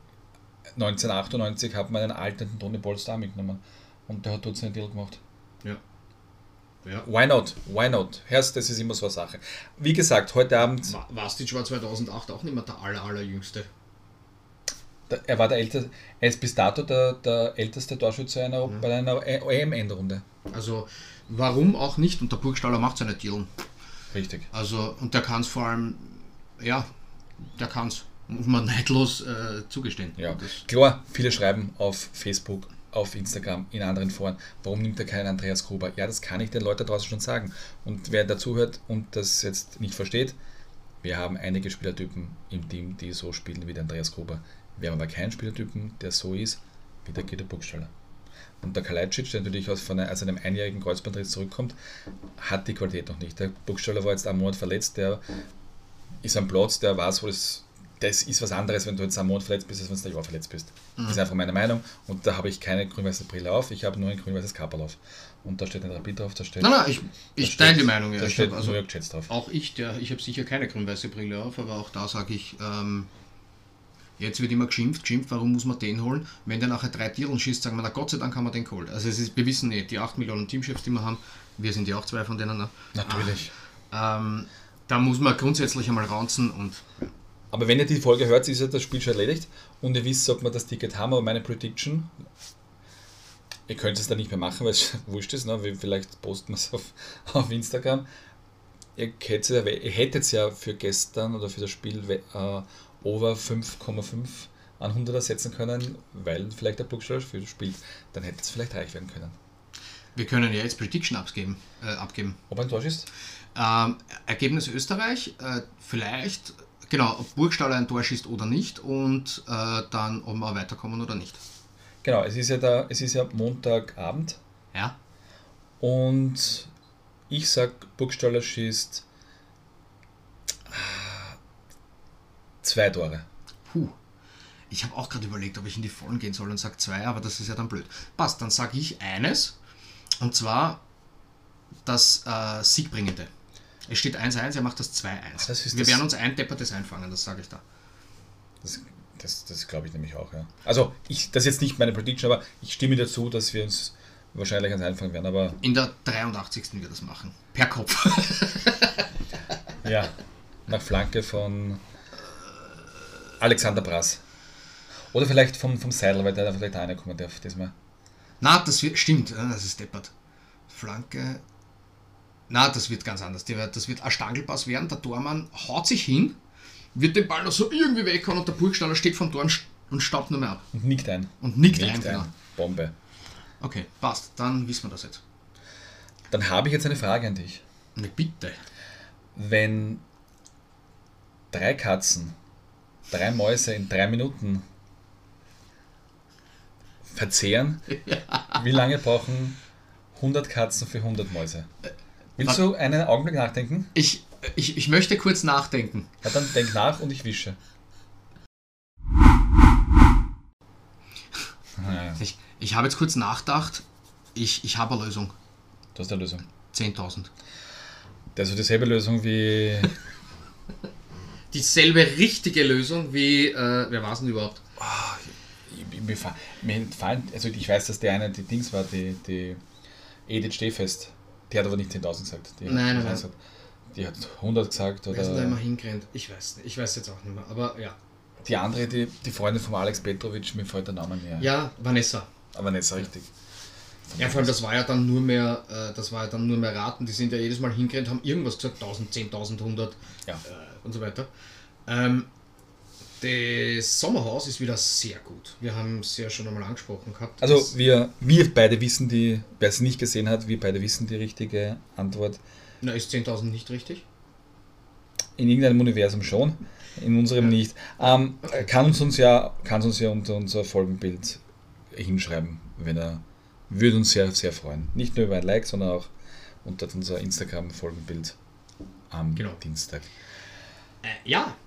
1998 hat man einen alten Toni Polster mitgenommen und der hat dort seinen Deal gemacht. Ja. Why not? Why not? Herst, das ist immer so eine Sache. Wie gesagt, heute Abend... Vastic war 2008 auch nicht mehr der allerjüngste. Er war der älteste, er ist bis dato der älteste Torschütze bei einer EM-Endrunde. Also, warum auch nicht? Und der Burgstaller macht seine Dealen. Richtig. Also, und der kann es vor allem, ja, der kann es, muss man neidlos zugestehen. Ja, klar, viele schreiben auf Facebook, auf Instagram, in anderen Foren, warum nimmt er keinen Andreas Gruber? Ja, das kann ich den Leuten draußen schon sagen. Und wer dazuhört und das jetzt nicht versteht, wir haben einige Spielertypen im Team, die so spielen wie der Andreas Gruber. Wir haben aber keinen Spielertypen, der so ist wie der Guido Burgstaller. Und der Kalajdzic, der natürlich aus einem einjährigen Kreuzbandriss zurückkommt, hat die Qualität noch nicht. Der Burgstaller war jetzt einen Monat verletzt, der ist am Platz, der weiß, wo das ist was anderes, wenn du jetzt einen Monat verletzt bist, als wenn du ein Jahr verletzt bist. Das ist einfach meine Meinung. Und da habe ich keine grün-weiße Brille auf, ich habe nur ein grün-weißes Kapperl auf. Und da steht ein Rapid drauf, da steht... Nein, ich teile die Meinung. Ja. Da steht New York Jets drauf. Auch ich habe sicher keine grün-weiße Brille auf, aber auch da sage ich... Jetzt wird immer geschimpft, warum muss man den holen? Wenn der nachher 3 Tieren schießt, sagen wir, na Gott sei Dank haben wir den geholt. Also wir wissen nicht, die 8 Millionen Teamchefs, die wir haben, wir sind ja auch 2 von denen. Ne? Natürlich. Da muss man grundsätzlich einmal raunzen und... Aber wenn ihr die Folge hört, ist ja das Spiel schon erledigt und ihr wisst, ob wir das Ticket haben, aber meine Prediction, ihr könnt es dann nicht mehr machen, weil es wurscht ist, ne? Vielleicht posten wir es auf Instagram. Ihr hättet ja für gestern oder für das Spiel over 5,5 an 100er setzen können, weil vielleicht der Burgstaller spielt. Dann hätte es vielleicht reich werden können. Wir können ja jetzt Prediction abgeben. Ob ein Tor ist? Ergebnis Österreich, vielleicht, genau, ob Burgstaller ein Tor schießt oder nicht und dann, ob wir weiterkommen oder nicht. Genau, es ist ja Montagabend. Ja. Und ich sag, Burgstaller schießt 2 Tore. Ich habe auch gerade überlegt, ob ich in die Vollen gehen soll und sage 2, aber das ist ja dann blöd. Passt, dann sage ich eines, und zwar das Siegbringende. Es steht 1-1, er macht das 2-1. Wir werden uns ein Deppertes einfangen, das sage ich da. Das glaube ich nämlich auch, ja. Also, das ist jetzt nicht meine Prediction, aber ich stimme dazu, dass wir uns wahrscheinlich ans Einfangen werden, aber... In der 83. wir das machen. Per Kopf. Ja, nach Flanke von Alexander Brass. Oder vielleicht vom Seidel, weil der da vielleicht reinkommen darf diesmal. Na, stimmt, das ist deppert. Flanke... Na, das wird ganz anders. Das wird ein Stangelpass werden, der Tormann haut sich hin, wird den Ball noch so irgendwie weghauen und der Burgstaller steht vom Tor und staubt nur mehr ab. Und nickt ein. Genau. Bombe. Okay, passt. Dann wissen wir das jetzt. Dann habe ich jetzt eine Frage an dich. Ne, bitte. Wenn 3 Katzen, 3 Mäuse in 3 Minuten verzehren, wie lange brauchen 100 Katzen für 100 Mäuse? Willst du einen Augenblick nachdenken? Ich möchte kurz nachdenken. Ja, dann denk nach und ich wische. Ich habe jetzt kurz nachgedacht. Ich habe eine Lösung. Du hast eine Lösung. 10.000. Also dieselbe Lösung wie... Dieselbe richtige Lösung wie... wer war es denn überhaupt? Mir fallen... Also ich weiß, dass der eine die Dings war, die Edith Stehfest. Die hat aber nicht 10.000 gesagt. Nein. Die hat 100 gesagt. Oder wer ist denn da immer hingerannt? Ich weiß nicht. Ich weiß jetzt auch nicht mehr. Aber ja. Die andere, die Freundin von Alex Petrovic, mir fällt der Name näher. Ja, Vanessa. Aber nicht so richtig. Ja, vor allem das war ja dann nur mehr Raten. Die sind ja jedes Mal hingerannt, haben irgendwas gesagt, 1000, 10.000, 100 und so weiter. Das Sommerhaus ist wieder sehr gut. Wir haben es ja schon einmal angesprochen gehabt. Also wir beide wissen wer es nicht gesehen hat, wir beide wissen die richtige Antwort. Na, ist 10.000 nicht richtig? In irgendeinem Universum schon, in unserem nicht. Kann uns ja unter unser Folgenbild hinschreiben, wenn er. Würde uns sehr, sehr freuen. Nicht nur über ein Like, sondern auch unter unser Instagram-Folgenbild am Dienstag. Ja,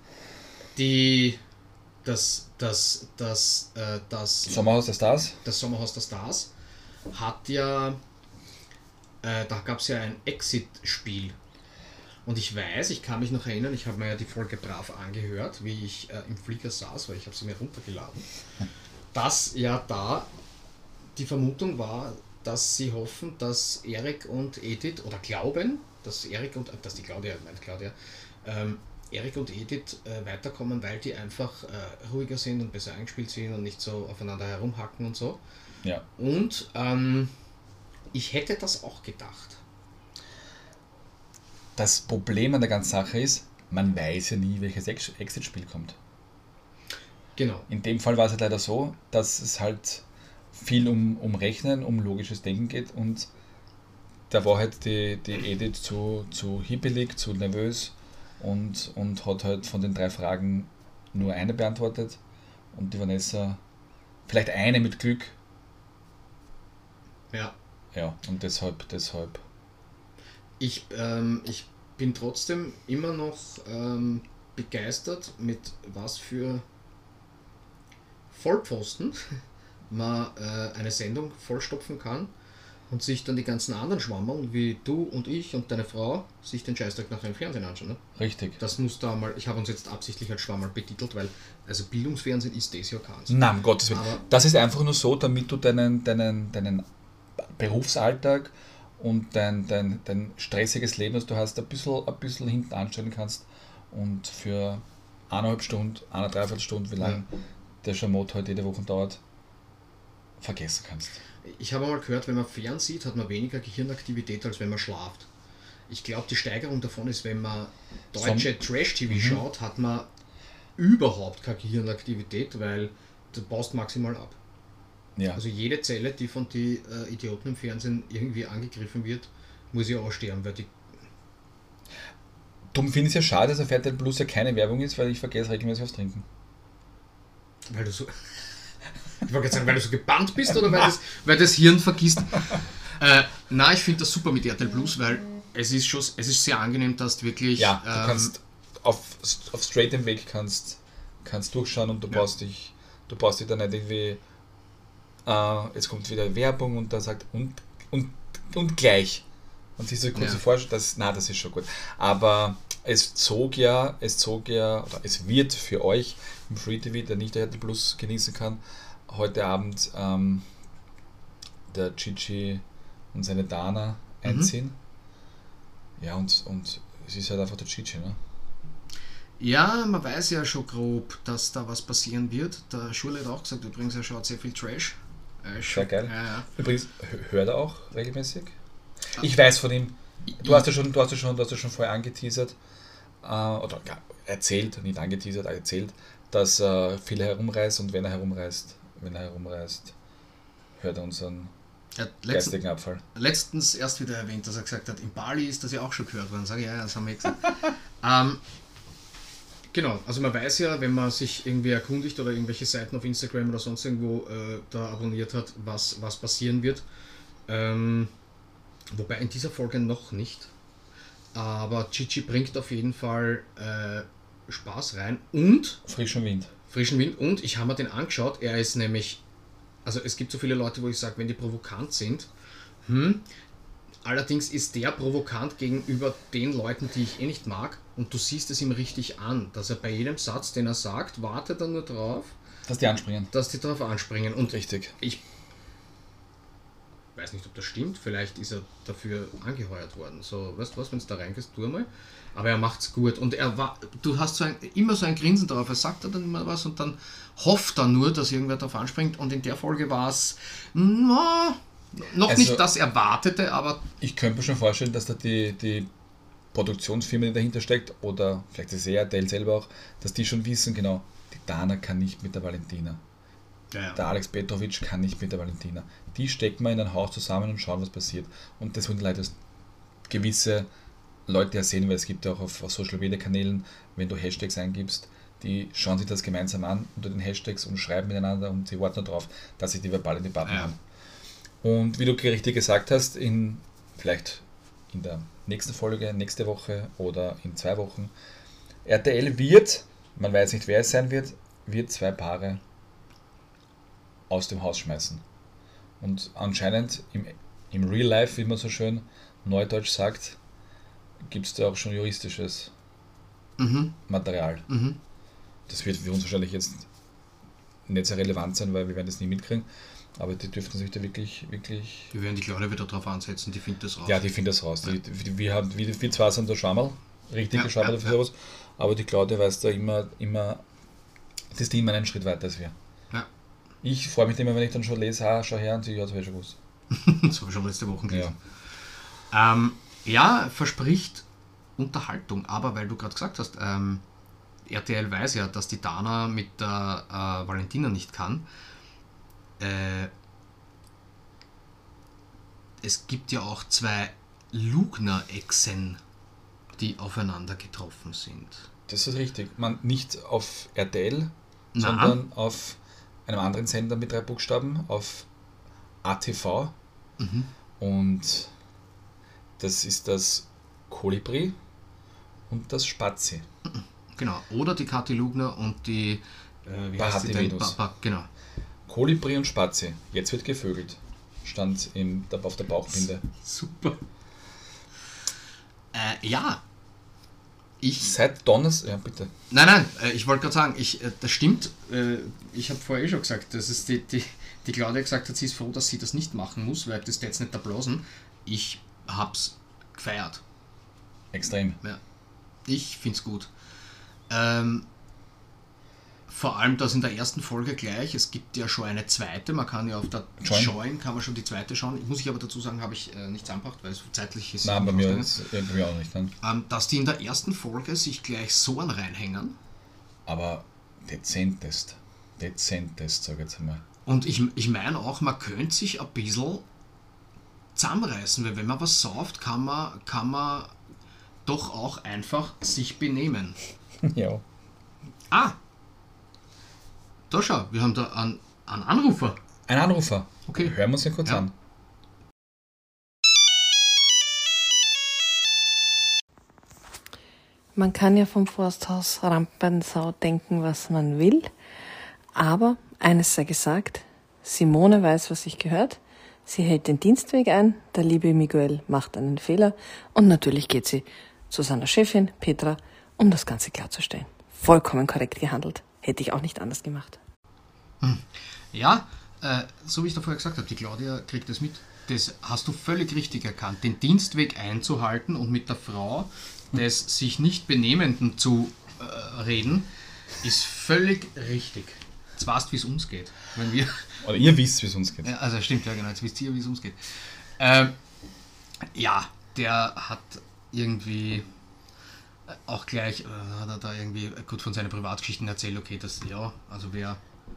das Sommerhaus der Stars? Das Sommerhaus der Stars hat ja, da gab es ja ein Exit-Spiel. Und ich kann mich noch erinnern, ich habe mir ja die Folge brav angehört, wie ich im Flieger saß, weil ich habe sie mir runtergeladen, dass ja da die Vermutung war, dass sie hoffen, dass Erik und Edith, oder glauben, dass die Claudia, Erik und Edith weiterkommen, weil die einfach ruhiger sind und besser eingespielt sind und nicht so aufeinander herumhacken und so. Ja. Und ich hätte das auch gedacht. Das Problem an der ganzen Sache ist, man weiß ja nie, welches Exit-Spiel kommt. Genau. In dem Fall war es halt leider so, dass es halt viel um Rechnen, um logisches Denken geht und da war halt die Edith zu hibbelig, zu nervös und hat halt von den 3 Fragen nur eine beantwortet und die Vanessa vielleicht eine mit Glück. Ja. Ja, und deshalb. Ich bin trotzdem immer noch begeistert, mit was für Vollpfosten man eine Sendung vollstopfen kann und sich dann die ganzen anderen Schwammerl, wie du und ich und deine Frau, sich den Scheißdreck nachher im Fernsehen anschauen. Ne? Richtig. Das muss da mal, ich habe uns jetzt absichtlich als Schwammerl betitelt, weil also Bildungsfernsehen ist das ja keins. Nein, um Gottes Willen. Aber das ist einfach nur so, damit du deinen Berufsalltag und dein stressiges Leben, das du hast, ein bisschen hinten anstellen kannst und für 1,5 Stunden, 1,3 Stunden, wie lange der Schamot heute jede Woche dauert, vergessen kannst. Ich habe mal gehört, wenn man fern sieht, hat man weniger Gehirnaktivität, als wenn man schlaft. Ich glaube, die Steigerung davon ist, wenn man deutsche Trash-TV schaut, hat man überhaupt keine Gehirnaktivität, weil du baust maximal ab. Ja. Also jede Zelle, die von den Idioten im Fernsehen irgendwie angegriffen wird, muss ja aussterben, weil die... Darum finde ich es ja schade, dass auf RTL Plus ja keine Werbung ist, weil ich vergesse regelmäßig aufs Trinken. Weil du so... Ich wollte gerade sagen, weil du so gebannt bist oder weil das Hirn vergisst. Nein, ich finde das super mit RTL Plus, weil es ist sehr angenehm, dass du wirklich... Ja, du kannst auf straightem Weg kannst durchschauen und du brauchst dich dann nicht irgendwie jetzt kommt wieder Werbung und da sagt und gleich. Und diese kurze Vorstellung, das ist schon gut. Aber es wird für euch im Free TV, der nicht der RTL Plus genießen kann, heute Abend der Gigi und seine Dana einziehen. Ja, und es ist halt einfach der Gigi, ne? Ja, man weiß ja schon grob, dass da was passieren wird. Der Schule hat auch gesagt, übrigens, er schaut sehr viel Trash. Sehr geil. Ja. Übrigens, hört er auch regelmäßig? Ich weiß von ihm, du hast ja schon vorher angeteasert, oder erzählt, nicht angeteasert, erzählt, dass er viel herumreist und wenn er herumreist, hört er unseren geistigen Abfall. Letztens erst wieder erwähnt, dass er gesagt hat, in Bali ist das ja auch schon gehört worden. Sag ich, ja, das haben wir gesagt. Genau, also man weiß ja, wenn man sich irgendwie erkundigt oder irgendwelche Seiten auf Instagram oder sonst irgendwo da abonniert hat, was passieren wird. Wobei in dieser Folge noch nicht. Aber Gigi bringt auf jeden Fall Spaß rein und... Frischen Wind. Und ich habe mir den angeschaut, er ist nämlich... Also es gibt so viele Leute, wo ich sage, wenn die provokant sind, allerdings ist der provokant gegenüber den Leuten, die ich nicht mag, und du siehst es ihm richtig an, dass er bei jedem Satz, den er sagt, wartet er nur drauf, dass die anspringen. Darauf anspringen. Und richtig. Ich weiß nicht, ob das stimmt, vielleicht ist er dafür angeheuert worden. So, weißt du was, wenn du da reingehst, tu mal. Aber er macht's gut. Und du hast immer so ein Grinsen drauf, er sagt dann immer was und dann hofft er nur, dass irgendwer darauf anspringt. Und in der Folge war es noch nicht das Erwartete, aber... Ich könnte mir schon vorstellen, dass da die Produktionsfirma, die dahinter steckt, oder vielleicht ist es RTL selber auch, dass die schon wissen, genau, die Dana kann nicht mit der Valentina. Ja. Der Alex Petrovic kann nicht mit der Valentina. Die stecken wir in ein Haus zusammen und schauen, was passiert. Und das sind leider gewisse Leute ja sehen, weil es gibt ja auch auf Social Media Kanälen, wenn du Hashtags eingibst, die schauen sich das gemeinsam an unter den Hashtags und schreiben miteinander und sie warten darauf, dass sie die verbale Debatten haben. Und wie du richtig gesagt hast, vielleicht in der nächsten Folge, nächste Woche oder in 2 Wochen, RTL wird, man weiß nicht wer es sein wird 2 Paare aus dem Haus schmeißen. Und anscheinend im Real Life, wie man so schön neudeutsch sagt, gibt es da auch schon juristisches Material. Das wird für uns wahrscheinlich jetzt nicht sehr relevant sein, weil wir werden das nie mitkriegen. Aber die dürften sich da wirklich... Wir werden die Claudia wieder drauf ansetzen, die findet das raus. Ja, die findet das raus. Ja. Wir zwar sind da Schwammerl, richtige Schwammerl für sowas, aber die Claudia weiß da immer, das ist immer einen Schritt weiter als wir. Ja. Ich freue mich immer, wenn ich dann schon lese, schau her, und sie hat es schon gewusst. Das habe ich schon letzte Woche gelesen. Ja. Verspricht Unterhaltung, aber weil du gerade gesagt hast, RTL weiß ja, dass die Dana mit der Valentina nicht kann. Es gibt ja auch 2 Lugner-Exen, die aufeinander getroffen sind. Das ist richtig. Nicht auf RTL, sondern auf einem anderen Sender mit 3 Buchstaben, auf ATV. Und das ist das Kolibri und das Spazi. Genau, oder die Kathi Lugner und die genau. Kolibri und Spazi. Jetzt wird gevögelt. Stand auf der Bauchbinde. Super. Ja. Seit Donnerstag... Ja, bitte. Nein, ich wollte gerade sagen, das stimmt. Ich habe vorher schon gesagt, dass es die Claudia gesagt hat, sie ist froh, dass sie das nicht machen muss, weil das jetzt nicht da blasen. Ich hab's gefeiert. Extrem. Ja. Ich find's gut. Vor allem das in der ersten Folge gleich. Es gibt ja schon eine zweite. Man kann ja auf der Join kann man schon die zweite schauen. Muss ich aber dazu sagen, habe ich nichts angebracht, weil es zeitlich ist. Nein, bei mir auch nicht. Dass die in der ersten Folge sich gleich so an reinhängen. Aber dezentest, sage ich jetzt mal. Und ich meine auch, man könnte sich ein bisschen zusammenreißen, weil wenn man was sauft, kann man doch auch einfach sich benehmen. Ja. Da schau, wir haben da einen Anrufer. Ein Anrufer. Okay. Hören wir uns den kurz an. Man kann ja vom Forsthaus Rampensau denken, was man will, aber eines sei gesagt, Simone weiß, was sich gehört. Sie hält den Dienstweg ein, der liebe Miguel macht einen Fehler und natürlich geht sie zu seiner Chefin Petra, um das Ganze klarzustellen. Vollkommen korrekt gehandelt. Hätte ich auch nicht anders gemacht. Ja, so wie ich da vorher gesagt habe, die Claudia kriegt das mit. Das hast du völlig richtig erkannt. Den Dienstweg einzuhalten und mit der Frau des sich nicht Benehmenden zu reden, ist völlig richtig. Jetzt weißt du, wie es uns geht. Wenn wir Oder ihr wisst, wie es uns geht. Also stimmt, ja genau, jetzt wisst ihr, wie es uns geht. Ja, der hat irgendwie auch gleich, hat er da irgendwie gut von seinen Privatgeschichten erzählt, okay, das, ja, also wer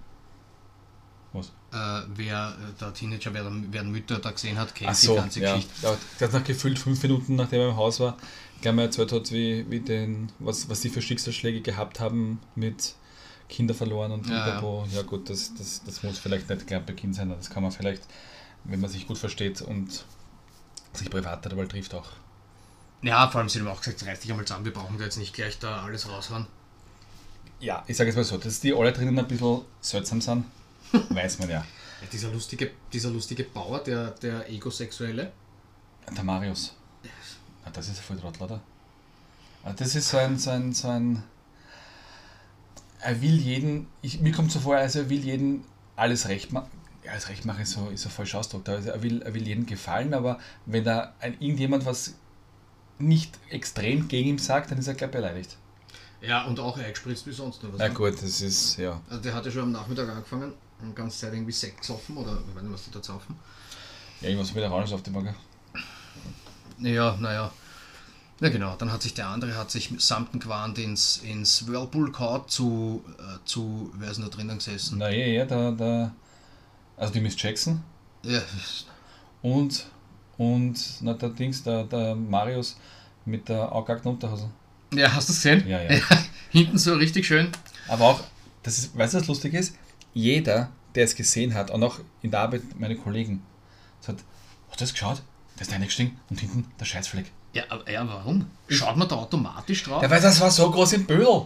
der Teenager werden Mütter da gesehen hat, kennt die ganze Geschichte. Der hat nach gefühlt 5 Minuten, nachdem er im Haus war, gleich mal erzählt hat, was die für Schicksalsschläge gehabt haben mit Kinder verloren und ja gut, das muss vielleicht nicht gleich bei Kind sein, das kann man vielleicht, wenn man sich gut versteht und sich privat dabei trifft auch. Ja, vor allem sie haben auch gesagt, reiß dich einmal zusammen, wir brauchen da jetzt nicht gleich da alles raushauen. Ja, ich sage jetzt mal so, dass die alle drinnen ein bisschen seltsam sind, weiß man ja. Dieser lustige Bauer, der Egosexuelle. Der Marius. Das ist voll Trottel, oder? Das ist so ein er will jeden, mir kommt so vor, also er will jeden alles recht machen. Ja, alles recht machen ist ein falscher Ausdruck. Also er will jedem gefallen, aber wenn da irgendjemand was nicht extrem gegen ihn sagt, dann ist er gleich beleidigt. Ja, und auch eingespritzt wie sonst noch was. Na gut, das ist, ja. Also der hat ja schon am Nachmittag angefangen und ganz Zeit irgendwie Sekt gesoffen, oder ich weiß nicht, was die da saufen. Ja, irgendwas mit der Raunus auf die Backe. Ja, naja. Ja genau, dann hat sich der andere samt dem Gewand ins Whirlpool gehauen zu wer ist denn da drinnen gesessen? Na also die Miss Jackson. Ja. Und der Marius Mit der aufgehackten Unterhose. Ja, hast du es gesehen? Ja, ja. Hinten so richtig schön. Aber auch, weißt du, was lustig ist? Jeder, der es gesehen hat, und auch in der Arbeit meine Kollegen, sagt, hast du das geschaut? Der ist reingestiegen und hinten der Scheißfleck. Ja, warum? Schaut man da automatisch drauf? Ja, weil das war so groß im Bödel.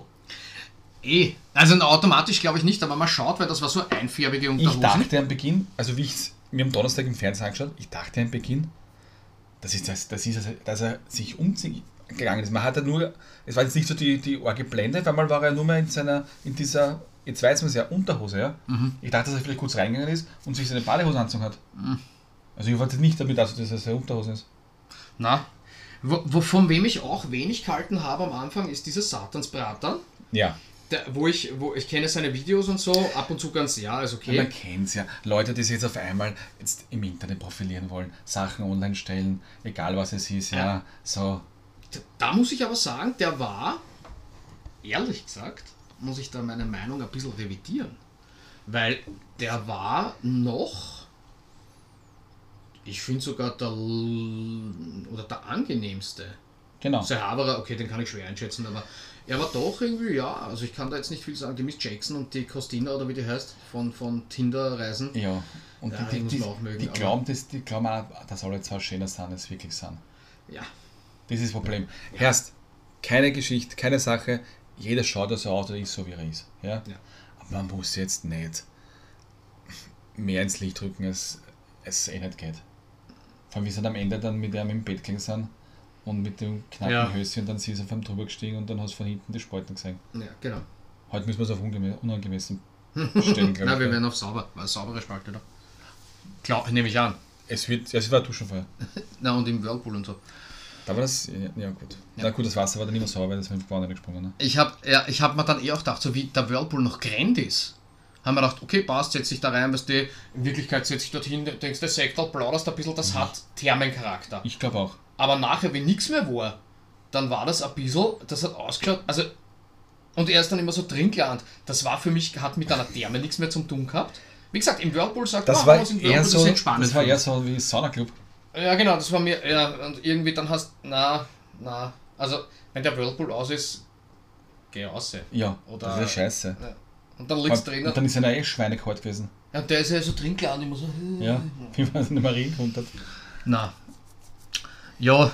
Also automatisch glaube ich nicht, aber man schaut, weil das war so einfärbige Unterhosen. Ich dachte am Beginn, also wie ich es mir am Donnerstag im Fernsehen angeschaut, ich dachte am Beginn, dass er sich umgegangen ist. Man hat ja nur, es war jetzt nicht so die arge Blende, weil mal war er nur mehr in dieser, jetzt weiß man es ja, Unterhose, ja. Ich dachte, dass er vielleicht kurz reingegangen ist und sich seine Badehose angezogen hat. Also ich wollte nicht damit, dass es eine Unterhose ist. Na, von wem ich auch wenig gehalten habe am Anfang, ist dieser Satansbrater. Ja. Wo ich kenne seine Videos und so, ab und zu ganz, ja, ist okay. Ja, man kennt es ja. Leute, die sich jetzt auf einmal jetzt im Internet profilieren wollen, Sachen online stellen, egal was es ist, ja, so. Da muss ich aber sagen, der war, ehrlich gesagt, muss ich da meine Meinung ein bisschen revidieren. Weil der war noch, ich finde sogar der angenehmste. Genau. Der Haberer, okay, den kann ich schwer einschätzen, aber er war doch irgendwie, ja, also ich kann da jetzt nicht viel sagen, die Miss Jackson und die Christina oder wie die heißt, von Tinder-Reisen. Ja, und ja, die muss man auch mögen, die glauben auch, dass alle zwei schöner sind, als wirklich sind. Ja. Das ist das Problem. Erst, keine Geschichte, keine Sache, jeder schaut ja so aus oder ist so, wie er ist. Ja? Ja. Aber man muss jetzt nicht mehr ins Licht drücken, als es eh nicht geht. Vor allem, wie sie dann am Ende dann mit ihm im Bett gelegen sind und mit dem knappen Höschen, dann sie ist auf einem drüber gestiegen und dann hast du von hinten die Spalten gesehen. Ja, genau. Heute müssen wir es auf unangemessen stellen, glaube ich. Nein, wir werden auf saubere Spalte da. Klar, nehme ich an. Es war Duschenfeuer. Na, und im Whirlpool und so. Da war das, ja gut. Ja. Na gut, das Wasser war dann immer sauer, weil das mit dem Vorne gesprungen. Ne? Ich hab mir dann auch gedacht, so wie der Whirlpool noch gerannt ist, haben wir gedacht, okay, passt, setz dich da rein, weißt du, in Wirklichkeit setz dich dorthin, denkst der Sektor, plauderst ein bisschen, das hat Thermencharakter. Ich glaube auch. Aber nachher, wenn nichts mehr war, dann war das ein bisschen, das hat ausgeschaut, also, und er ist dann immer so drin gelernt. Das war für mich, hat mit einer Therme nichts mehr zum tun gehabt. Wie gesagt, im Whirlpool sagt das man, war eher so, das war eher so wie Saunaclub. Ja, genau, das war mir, ja, und irgendwie dann hast, also, wenn der Whirlpool aus ist, geh raus. Ja, oder, das ist scheiße. Ja. Und dann liegst du drin. Und dann ist er schweinekalt gewesen. Ja, und der ist ja so drin gelandet, immer so. Ja, wie man es nicht mehr reinkommt hat. Na. Ja,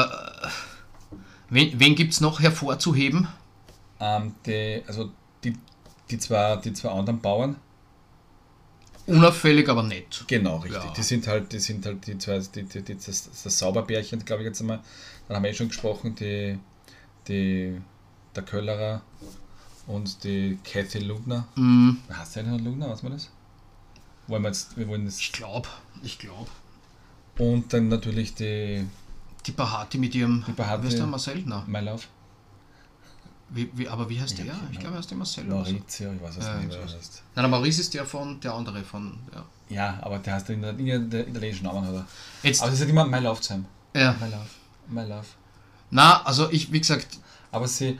wen gibt es noch hervorzuheben? Die zwei anderen Bauern. Unauffällig, aber nett. Genau, richtig. Ja. Die sind halt die zwei, das Sauberbärchen, glaube ich jetzt einmal. Dann haben wir schon gesprochen, der Köllerer und die Kathy Lugner. Hast du eine Lugner, was war das? Wir wollen das. Ich glaube. Und dann natürlich die Bahati mit ihrem. Die Bahati. Wie heißt der Marcel? Nein. My Love. Aber wie heißt der? Ja, ich glaube, er heißt der Marcel. Maurizio, ich weiß es nicht, wie er heißt. Nein, der Maurice ist der andere von. Ja, ja, aber der heißt in der italienischen Namen, oder? Jetzt, aber es ist immer My Love zusammen. Ja. My Love. Na, also wie gesagt. Die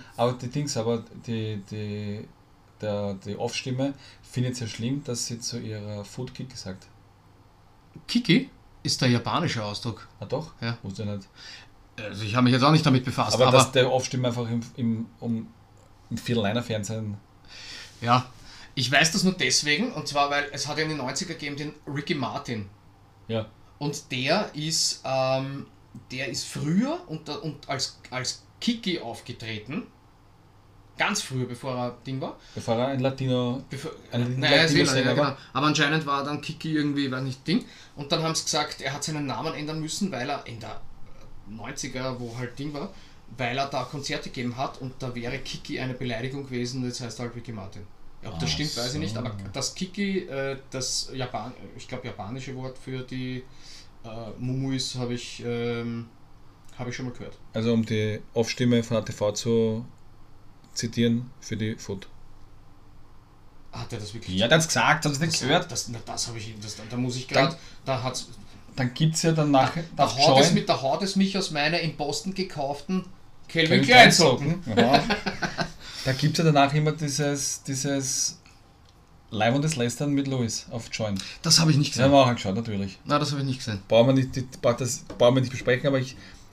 Off-Stimme findet es ja schlimm, dass sie zu ihrer Food Kiki sagt. Kiki ist der japanische Ausdruck. Ah doch? Ja. Wusste ich nicht. Also ich habe mich jetzt auch nicht damit befasst. Aber dass der Off-Stimme einfach im Vierliner-Fernsehen. Ja, ich weiß das nur deswegen, und zwar, weil es hat ja in den 90er gegeben den Ricky Martin. Ja. Und der ist früher und als Kiki aufgetreten. Ganz früher, bevor er Ding war. Bevor er ein Latino. Ja, genau. Aber anscheinend war dann Kiki irgendwie, weiß nicht, Ding. Und dann haben sie gesagt, er hat seinen Namen ändern müssen, weil er in der 90er, wo halt Ding war, weil er da Konzerte gegeben hat und da wäre Kiki eine Beleidigung gewesen, das heißt halt Ricky Martin. Ob das stimmt, weiß ich nicht, aber das Kiki, das japanische Wort für die Mumuis habe ich schon mal gehört. Also um die Off-Stimme von ATV zu zitieren für die Food. Hat er das wirklich? Ja, der hat es gesagt, hast du nicht gehört? Das habe ich, da muss ich gerade, dann gibt es ja danach. Da haut es mich aus meiner in Boston gekauften Calvin Klein Socken. Da gibt es ja danach immer dieses leibendes Lästern mit Louis auf Join. Das habe ich nicht gesehen. Das haben wir auch angeschaut, natürlich. Nein, das habe ich nicht gesehen. Brauchen wir nicht besprechen, aber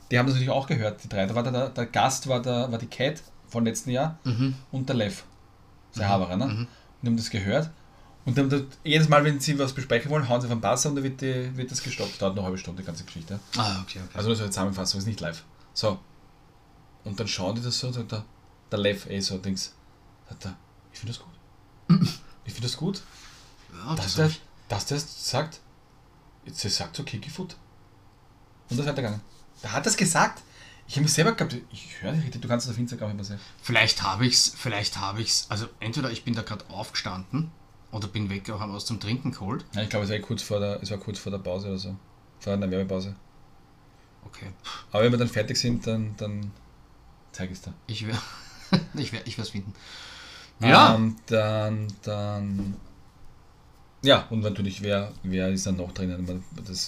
die haben das natürlich auch gehört, die drei. Da war der Gast, war die Cat von letzten Jahr und der Lev, der Haberer, ne? Und die haben das gehört. Und dann, jedes Mal, wenn sie was besprechen wollen, hauen sie auf den Buzzer und dann wird das gestoppt. Dauert noch eine halbe Stunde, die ganze Geschichte. Okay. Also das ist eine Zusammenfassung, ist nicht live. So. Und dann schauen die das so und sagt der Lev, so Dings, sagt er, ich finde das gut. Ich finde das gut. Ja, dass der sagt, jetzt sagt so Kikifoot. Und das ist weitergegangen. Der hat das gesagt. Ich habe mich selber gehabt, ich höre nicht richtig, du kannst es auf Instagram immer sehen. Vielleicht habe ich's, also entweder ich bin da gerade aufgestanden oder bin weg, auch haben was zum Trinken geholt. Ja, ich glaube, es war kurz vor der Pause oder so. Vor einer Werbepause. Okay. Aber wenn wir dann fertig sind, dann zeige ich es dir. Ich werde es finden. Ja. Dann. Ja, und natürlich, wer ist dann noch drinnen?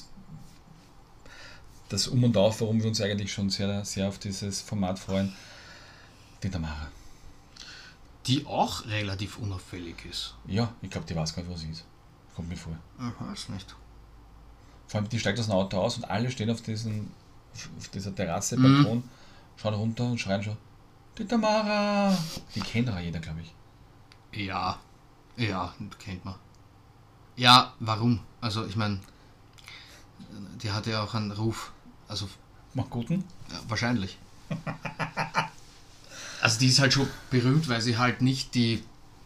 Das Um und Auf, warum wir uns eigentlich schon sehr, sehr auf dieses Format freuen, die Tamara. Die auch relativ unauffällig ist. Ja, ich glaube, die weiß gar nicht, wo sie ist. Kommt mir vor. Ich weiß nicht. Vor allem, die steigt aus dem Auto aus und alle stehen auf dieser Terrasse, Balkon, schauen runter und schreien schon, die Tamara! Die kennt doch jeder, glaube ich. Ja, kennt man. Ja, warum? Also, ich meine, die hat ja auch einen Ruf. Also, Mach guten? Ja, wahrscheinlich. Also, die ist halt schon berühmt, weil sie halt nicht die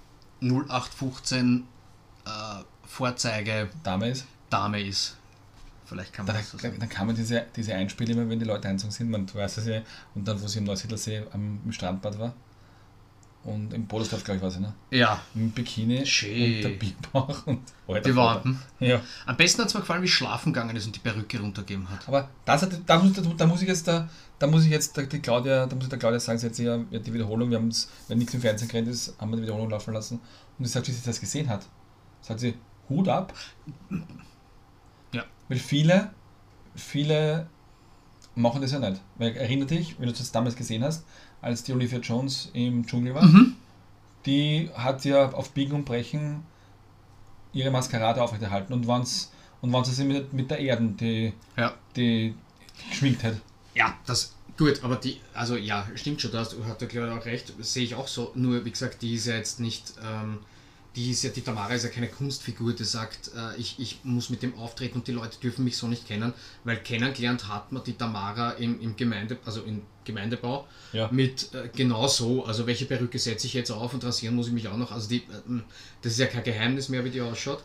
0815 Vorzeige Dame ist. Vielleicht kann man das so sagen. Dann kann man diese Einspiele immer, wenn die Leute einzogen sind, man weiß es ja, und dann, wo sie im Neusiedlersee im Strandbad war. Und im Bodersdorf, glaube ich, war sie, ne? Ja. Im Bikini schön. und der Bierbauch und die Wampen. Ja. Am besten hat es mir gefallen, wie schlafen gegangen ist und die Perücke runtergegeben hat. Aber da muss ich jetzt der Claudia sagen, sie hat ja die Wiederholung, wenn nichts im Fernsehen gerannt ist, haben wir die Wiederholung laufen lassen. Und sie sagt, wie sie das gesehen hat. Sagt sie, Hut ab. Ja. Weil viele machen das ja nicht. Weil erinnere dich, wenn du das damals gesehen hast, als die Olivia Jones im Dschungel war, die hat ja auf Biegen und Brechen ihre Maskerade aufrechterhalten und wenn sie mit der Erden, die geschminkt hat. Ja, gut, aber stimmt schon, da hat der Claudia auch recht, das sehe ich auch so, nur wie gesagt, die ist ja jetzt nicht, die Tamara ist ja keine Kunstfigur, die sagt, ich muss mit dem auftreten und die Leute dürfen mich so nicht kennen, weil kennengelernt hat man die Tamara im Gemeindebau mit genau so, also welche Perücke setze ich jetzt auf und rasieren muss ich mich auch noch, also das ist ja kein Geheimnis mehr, wie die ausschaut.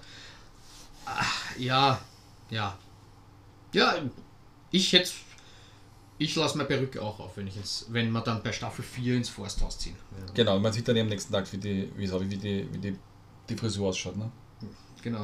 Ich lasse meine Perücke auch auf, wenn wir dann bei Staffel 4 ins Forsthaus ziehen. Ja. Genau, man sieht dann am nächsten Tag, wie die Frisur ausschaut, ne? Genau.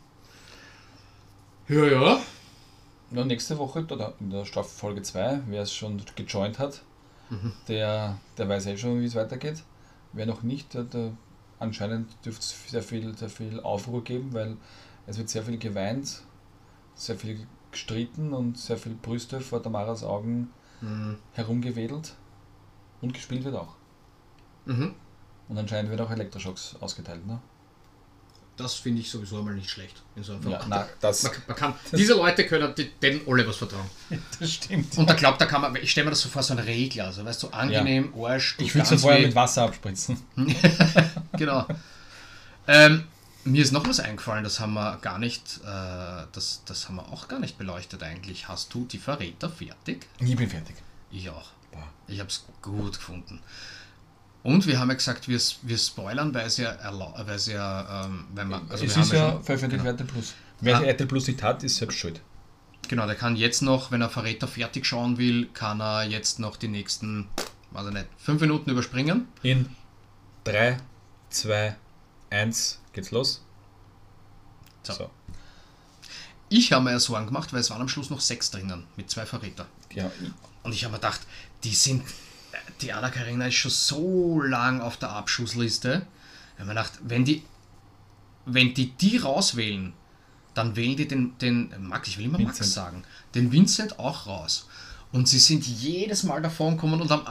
Ja. Ja, nächste Woche, oder in der Staffel Folge 2, wer es schon gejoint hat, der weiß schon, wie es weitergeht. Wer noch nicht, anscheinend dürfte es sehr viel Aufruhr geben, weil es wird sehr viel geweint, sehr viel gestritten und sehr viel Brüste vor Tamaras Augen herumgewedelt und gespielt wird auch. Und anscheinend wird auch Elektroschocks ausgeteilt, ne? Das finde ich sowieso einmal nicht schlecht. In so einem man kann, diese Leute können denen alle was vertrauen. Das stimmt. Und da glaubt, ich stelle mir das so vor, so eine Regel, also weißt du, so angenehm, Arsch. Ich würde es vorher mit Wasser abspritzen. Genau. Mir ist noch was eingefallen, das haben wir gar nicht, das haben wir auch gar nicht beleuchtet eigentlich. Hast du die Verräter fertig? Ich bin fertig. Ich auch. Boah. Ich habe es gut gefunden. Und wir haben ja gesagt, wir spoilern, weil es ja, wenn man... Also es ist ja veröffentlicht RTL Plus. Wer RTL Plus nicht hat, ist selbst schuld. Genau, der kann jetzt noch, wenn er Verräter fertig schauen will, kann er jetzt noch die nächsten, 5 Minuten überspringen. In 3, 2, 1 geht's los. So. Ich habe mir ja Sorgen gemacht, weil es waren am Schluss noch 6 drinnen, mit 2 Verräter. Ja. Und ich habe mir gedacht, die Anna Karina ist schon so lang auf der Abschussliste. Ich habe mir gedacht, wenn die rauswählen, dann wählen die den Max, ich will immer Vincent. Max sagen, den Vincent auch raus. Und sie sind jedes Mal davon gekommen und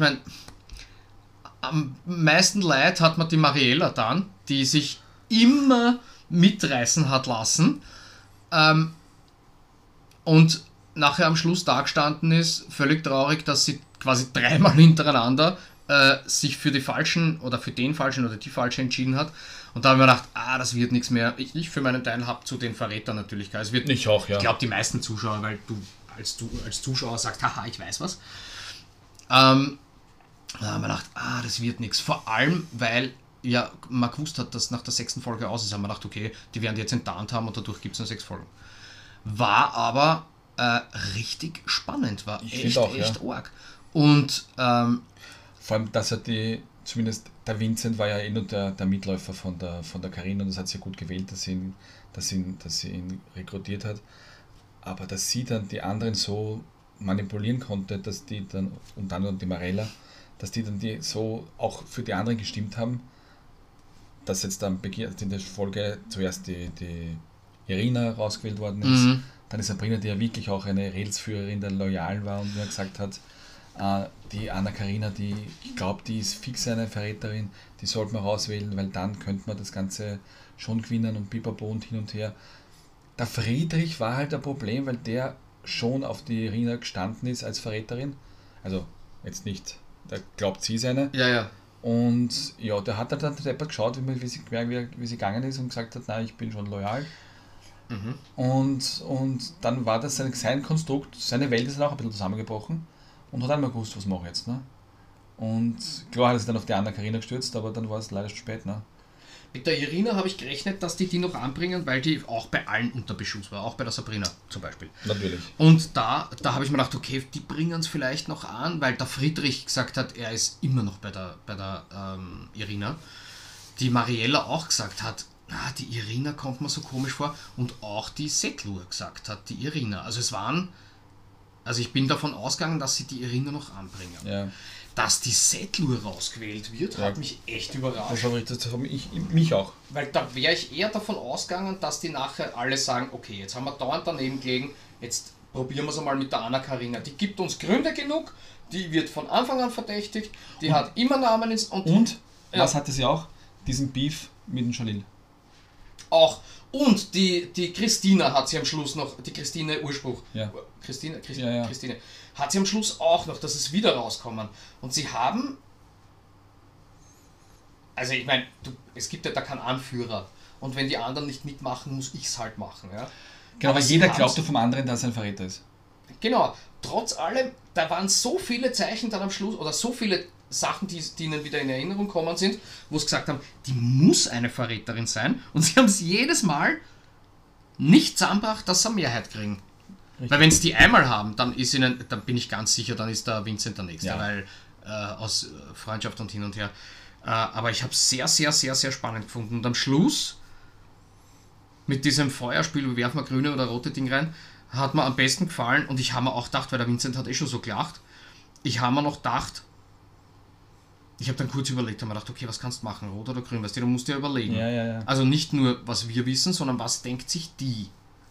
am meisten Leid hat man die Mariella dann, die sich immer mitreißen hat lassen. Und nachher am Schluss da gestanden ist, völlig traurig, dass sie quasi 3-mal hintereinander sich für die falschen oder für den falschen oder die falsche entschieden hat. Und da habe ich mir gedacht, das wird nichts mehr. Ich für meinen Teil habe zu den Verrätern natürlich. Es wird, Ich auch, ja. Ich glaube, die meisten Zuschauer, weil du als Zuschauer sagst, haha, ich weiß was. Da haben wir gedacht, das wird nichts. Vor allem, weil ja man gewusst hat, dass nach der 6. Folge aus ist, haben wir gedacht, okay, die werden die jetzt enttarnt haben und dadurch gibt es nur 6 Folgen. War aber richtig spannend, war echt arg. Und vor allem, dass er zumindest der Vincent war ja nur der Mitläufer von der Carina und das hat sie ja gut gewählt, dass sie ihn rekrutiert hat. Aber dass sie dann die anderen so manipulieren konnte, dass die dann, und dann die Marella, dass die dann die so auch für die anderen gestimmt haben, dass jetzt dann in der Folge zuerst die Irina rausgewählt worden ist, dann ist Sabrina, die ja wirklich auch eine Rätselsführerin der Loyalen war und mir gesagt hat, die Anna Carina, ich glaube, die ist fix eine Verräterin, die sollte man rauswählen, weil dann könnte man das Ganze schon gewinnen und pipapo und hin und her. Der Friedrich war halt ein Problem, weil der schon auf die Irina gestanden ist als Verräterin. Also jetzt nicht, der glaubt sie ist eine. Ja, ja. Und ja, der hat dann deppert geschaut, wie sie gegangen ist und gesagt hat, nein, ich bin schon loyal. Und dann war das sein Konstrukt, seine Welt ist dann auch ein bisschen zusammengebrochen und hat einmal gewusst, was mache ich jetzt. Ne? Und klar hat er sich dann auf die Anna Carina gestürzt, aber dann war es leider schon spät. Ne? Mit der Irina habe ich gerechnet, dass die noch anbringen, weil die auch bei allen unter Beschuss war, auch bei der Sabrina zum Beispiel. Natürlich. Und da habe ich mir gedacht, okay, die bringen es vielleicht noch an, weil der Friedrich gesagt hat, er ist immer noch bei der Irina. Die Mariella auch gesagt hat, die Irina kommt mir so komisch vor und auch die Setlur gesagt hat, die Irina. Also ich bin davon ausgegangen, dass sie die Irina noch anbringen. Ja. Dass die Setlur rausgewählt wird, hat mich echt überrascht. Das habe ich mich auch. Weil da wäre ich eher davon ausgegangen, dass die nachher alle sagen, okay, jetzt haben wir dauernd daneben gelegen, jetzt probieren wir es einmal mit der Anna Carina. Die gibt uns Gründe genug, die wird von Anfang an verdächtigt, die hat immer Namen ins... Und was hatte sie auch? Diesen Beef mit dem Jalil. Auch. Und die Christina hat sie am Schluss noch, die Christine Urspruch. Ja. Christine. Ja. Christine. Hat sie am Schluss auch noch, dass es wieder rauskommen. Und sie haben... Also ich meine, es gibt ja da keinen Anführer. Und wenn die anderen nicht mitmachen, muss ich es halt machen. Ja? Genau, aber jeder glaubt vom anderen, dass er ein Verräter ist. Genau. Trotz allem, da waren so viele Zeichen dann am Schluss, oder so viele Sachen, die ihnen wieder in Erinnerung kommen sind, wo sie gesagt haben, die muss eine Verräterin sein. Und sie haben es jedes Mal nicht zusammengebracht, dass sie eine Mehrheit kriegen. Richtig. Weil wenn es die einmal haben, dann bin ich ganz sicher, dann ist der Vincent der Nächste, weil aus Freundschaft und hin und her. Aber ich habe es sehr, sehr, sehr, sehr spannend gefunden. Und am Schluss, mit diesem Feuerspiel, werfen wir grüne oder rote Ding rein, hat mir am besten gefallen. Und ich habe mir auch gedacht, weil der Vincent hat schon so gelacht, ich habe mir noch gedacht, ich habe dann kurz überlegt, habe mir gedacht, okay, was kannst du machen, rot oder grün? Weißt du, du musst dir überlegen. Ja. Also nicht nur, was wir wissen, sondern was denkt sich die.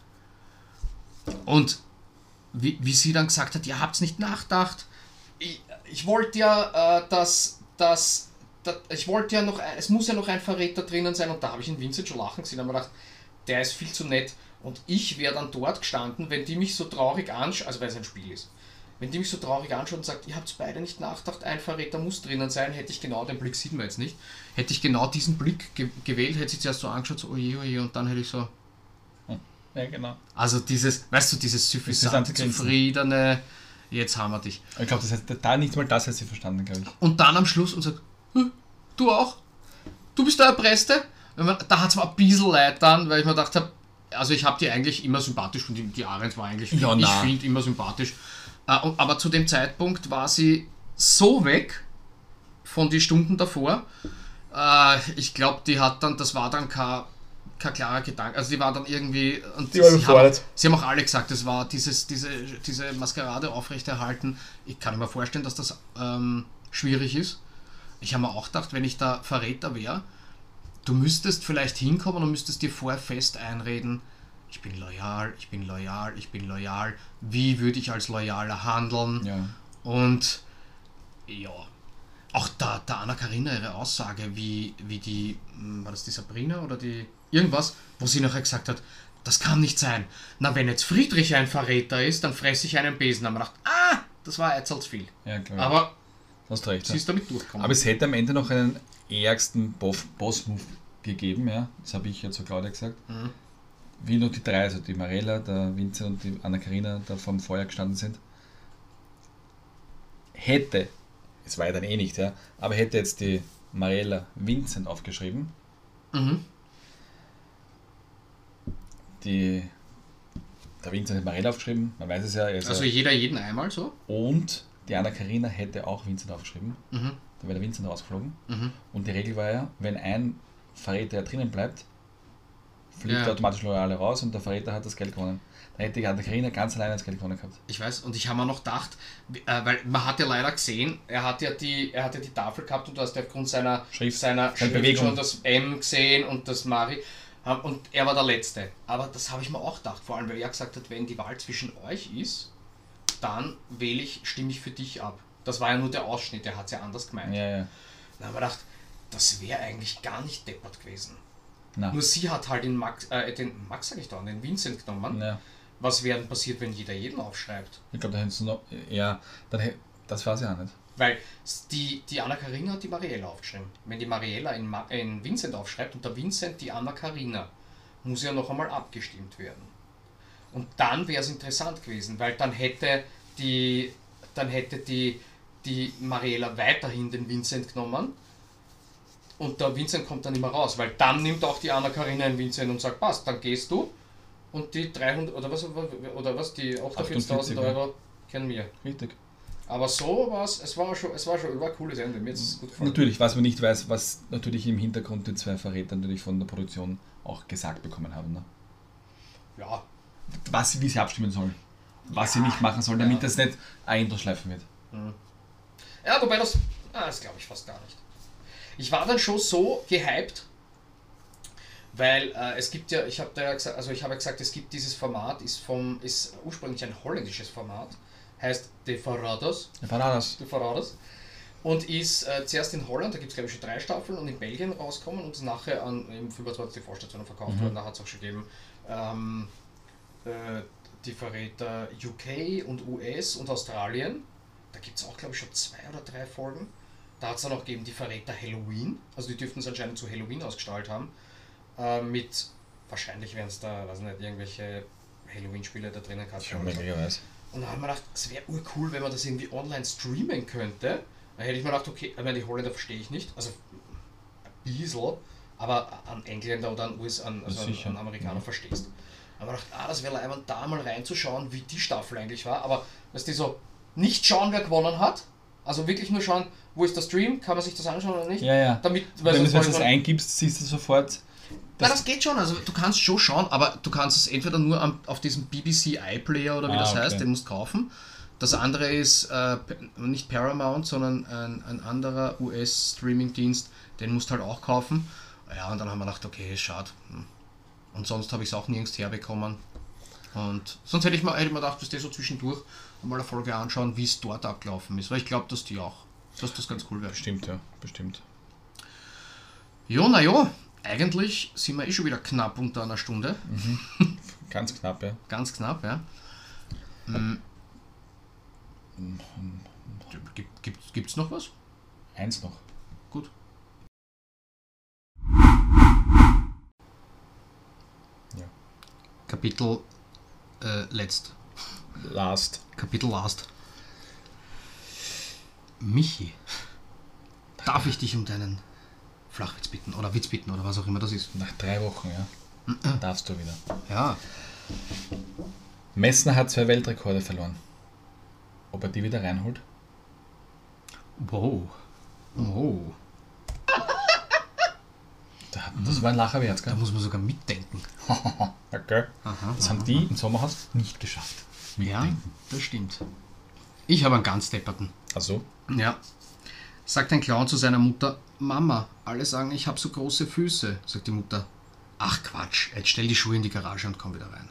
Und wie sie dann gesagt hat, ihr habt es nicht nachgedacht. Ich wollte ja, ich wollte ja noch, es muss ja noch ein Verräter drinnen sein. Und da habe ich in Vincent schon lachen gesehen. Da habe ich mir gedacht, der ist viel zu nett. Und ich wäre dann dort gestanden, wenn die mich so traurig anschauen, also weil es ein Spiel ist. Wenn die mich so traurig anschaut und sagt, ihr habt beide nicht nachgedacht, ein Verräter muss drinnen sein, hätte ich genau, den Blick sieht man jetzt nicht, hätte ich genau diesen Blick gewählt, hätte ich zuerst so angeschaut, so oje, und dann hätte ich so... Ja, genau. Also dieses suffisante, zufriedene, jetzt haben wir dich. Ich glaube, das heißt, da nicht mal das hat sie verstanden, glaube ich. Und dann am Schluss und sagt, du auch? Du bist der Erpresste? Da hat es mir ein bisschen leid dann, weil ich mir gedacht habe, also ich habe die eigentlich immer sympathisch, und die Arendt war eigentlich, ich finde immer sympathisch. Aber zu dem Zeitpunkt war sie so weg von den Stunden davor. Ich glaube, die hat dann, das war dann kein klarer Gedanke. Also die war dann irgendwie... Und die war überfordert. Sie haben auch alle gesagt, es war diese Maskerade aufrechterhalten. Ich kann mir vorstellen, dass das schwierig ist. Ich habe mir auch gedacht, wenn ich da Verräter wäre, du müsstest vielleicht hinkommen und müsstest dir vorher fest einreden, ich bin loyal, ich bin loyal, ich bin loyal. Wie würde ich als Loyaler handeln? Ja. Und ja, auch da Anna Carina, ihre Aussage, wie die, war das die Sabrina oder die, irgendwas, wo sie nachher gesagt hat, das kann nicht sein. Na, wenn jetzt Friedrich ein Verräter ist, dann fresse ich einen Besen. Dann haben wir gedacht, das war jetzt halt viel. Ja, klar. Aber hast recht. sie ist damit durchgekommen. Aber es hätte am Ende noch einen ärgsten Boss-Move gegeben, ja. Das habe ich ja zu Claudia gesagt. Wie nur die drei, also die Marella, der Vincent und die Anna-Karina da vorm Feuer gestanden sind. Hätte, es war ja dann eh nicht, ja, aber hätte jetzt die Marella Vincent aufgeschrieben, der Vincent hat Marella aufgeschrieben, man weiß es ja. Also jeder jeden einmal so? Und die Anna-Karina hätte auch Vincent aufgeschrieben, dann wäre der Vincent rausgeflogen. Und die Regel war ja, wenn ein Verräter drinnen bleibt, fliegt er automatisch Loyale raus und der Verräter hat das Geld gewonnen. Dann hätte die Anna-Karina ganz alleine das Geld gewonnen gehabt. Ich weiß, und ich habe mir noch gedacht, weil man hat ja leider gesehen, er hat ja die Tafel gehabt und du hast ja aufgrund seiner Schrift Bewegung schon das M gesehen und das Mari. Und er war der Letzte. Aber das habe ich mir auch gedacht, vor allem weil er gesagt hat, wenn die Wahl zwischen euch ist, dann stimme ich für dich ab. Das war ja nur der Ausschnitt, der hat es ja anders gemeint. Ja. Dann haben wir gedacht, das wäre eigentlich gar nicht deppert gewesen. Na. Nur sie hat halt den Vincent genommen. Ja. Was wäre denn passiert, wenn jeder jeden aufschreibt? Ich glaube, da hättest du noch. Ja, das war sie auch nicht. Weil die Anna-Karina hat die Mariella aufgeschrieben. Wenn die Mariella in Vincent aufschreibt und der Vincent die Anna-Karina, muss ja noch einmal abgestimmt werden. Und dann wäre es interessant gewesen, weil dann hätte die Mariella weiterhin den Vincent genommen und der Vincent kommt dann immer raus, weil dann nimmt auch die Anna-Karina den Vincent und sagt, passt, dann gehst du und die 300 oder was die 48.000 Euro kennen wir. Richtig. Aber so war es war eine coole Sendung, mir ist gut gefallen. Natürlich, was man nicht weiß, was natürlich im Hintergrund die zwei Verräter natürlich von der Produktion auch gesagt bekommen haben. Ne? Ja. Wie sie abstimmen sollen. Was sie nicht machen sollen, damit das nicht ein Schleifen wird. Ja, wobei das glaube ich fast gar nicht. Ich war dann schon so gehypt, weil es gibt ja, ich habe ja gesagt, es gibt dieses Format, ist ursprünglich ein holländisches Format, heißt De Verraders. Und ist zuerst in Holland, da gibt es glaube ich schon 3 Staffeln, und in Belgien rausgekommen und ist nachher an über 20 TV-Stationen verkauft worden. Da hat es auch schon gegeben die Verräter UK und US und Australien. Da gibt es auch glaube ich schon 2 oder 3 Folgen. Da hat es dann auch gegeben die Verräter Halloween, also die dürften es anscheinend zu Halloween ausgestrahlt haben. Mit, wahrscheinlich werden es da, weiß nicht, irgendwelche Halloween-Spiele da drinnen gehabt. Schon möglicherweise. Und dann haben wir gedacht, es wäre urcool, wenn man das irgendwie online streamen könnte. Dann hätte ich mir gedacht, okay, ich meine, die Holländer verstehe ich nicht, also ein bisschen, aber an Engländer oder an Amerikaner verstehst. Dann haben wir gedacht, das wäre leibend, da mal reinzuschauen, wie die Staffel eigentlich war, aber dass die so nicht schauen, wer gewonnen hat, also wirklich nur schauen, wo ist der Stream, kann man sich das anschauen oder nicht? Ja. Damit, wenn du das eingibst, siehst du sofort. Das geht schon, also du kannst schon schauen, aber du kannst es entweder nur auf diesem BBC iPlayer oder wie das heißt, den musst du kaufen. Das andere ist nicht Paramount, sondern ein anderer US-Streaming-Dienst, den musst du halt auch kaufen. Ja, und dann haben wir gedacht, okay, ist schade. Und sonst habe ich es auch nirgends herbekommen. Und sonst hätte ich mir gedacht, dass die so zwischendurch mal eine Folge anschauen, wie es dort abgelaufen ist. Weil ich glaube, dass das ganz cool wäre. Bestimmt, ja, bestimmt. Jo, naja, eigentlich sind wir schon wieder knapp unter einer Stunde. Ganz knapp, ja. Ganz knapp, ja. Gibt's noch was? Eins noch. Gut. Ja. Kapitel Kapitel Last. Michi, darf ich dich um deinen Flachwitz bitten oder Witz bitten oder was auch immer das ist? Nach 3 Wochen, ja. Darfst du wieder. Ja. Messner hat 2 Weltrekorde verloren. Ob er die wieder reinholt? Wow. Das war ein Lacher wert, gell? Da muss man sogar mitdenken. Okay. Das haben die im Sommerhaus nicht geschafft. Ja, das stimmt. Ich habe einen ganz depperten. Ach so? Ja. Sagt ein Clown zu seiner Mutter: Mama, alle sagen, ich habe so große Füße. Sagt die Mutter: Ach Quatsch, jetzt stell die Schuhe in die Garage und komm wieder rein.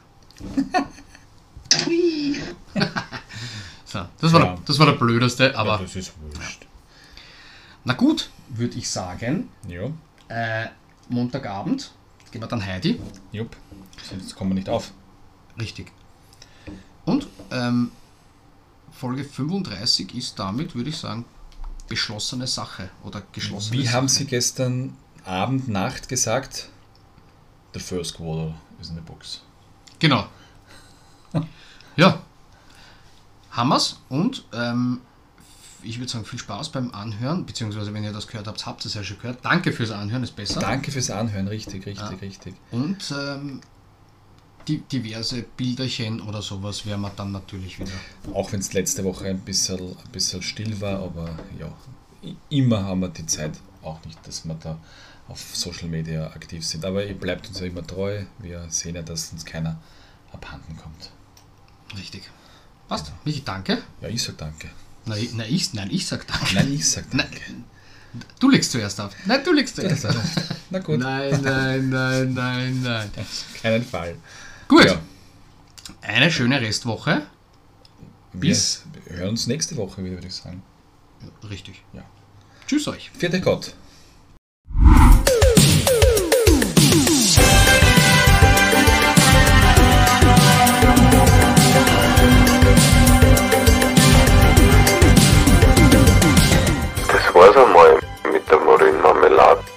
So, das war der blödeste, aber. Ja, das ist wurscht. Ja. Na gut, würde ich sagen. Ja. Montagabend geben wir dann Heidi. Jupp, sonst kommen wir nicht auf. Richtig. Und Folge 35 ist damit, würde ich sagen, beschlossene Sache oder geschlossene Wie Sache. haben Sie gestern Abend, Nacht gesagt? The first quarter is in the books. Genau. Ja. Haben wir's und ich würde sagen, viel Spaß beim Anhören, beziehungsweise wenn ihr das gehört habt, habt ihr es ja schon gehört. Danke fürs Anhören, ist besser. Danke fürs Anhören, richtig. Und die diverse Bilderchen oder sowas werden wir dann natürlich wieder. Auch wenn es letzte Woche ein bisschen still war, aber ja, immer haben wir die Zeit auch nicht, dass wir da auf Social Media aktiv sind. Aber ihr bleibt uns ja immer treu. Wir sehen ja, dass uns keiner abhanden kommt. Richtig. Passt. Michi, danke. Ja, ich sag danke. Ich sag danke. Nein, ich sag danke. Du legst zuerst auf. Nein, du legst zuerst auf. Na gut. Nein. Auf keinen Fall. Gut. Ja. Eine schöne Restwoche. Wir hören uns nächste Woche wieder, würde ich sagen. Richtig. Ja. Tschüss euch. Vierte Gott. Das war's einmal mit der Marillenmarmelade.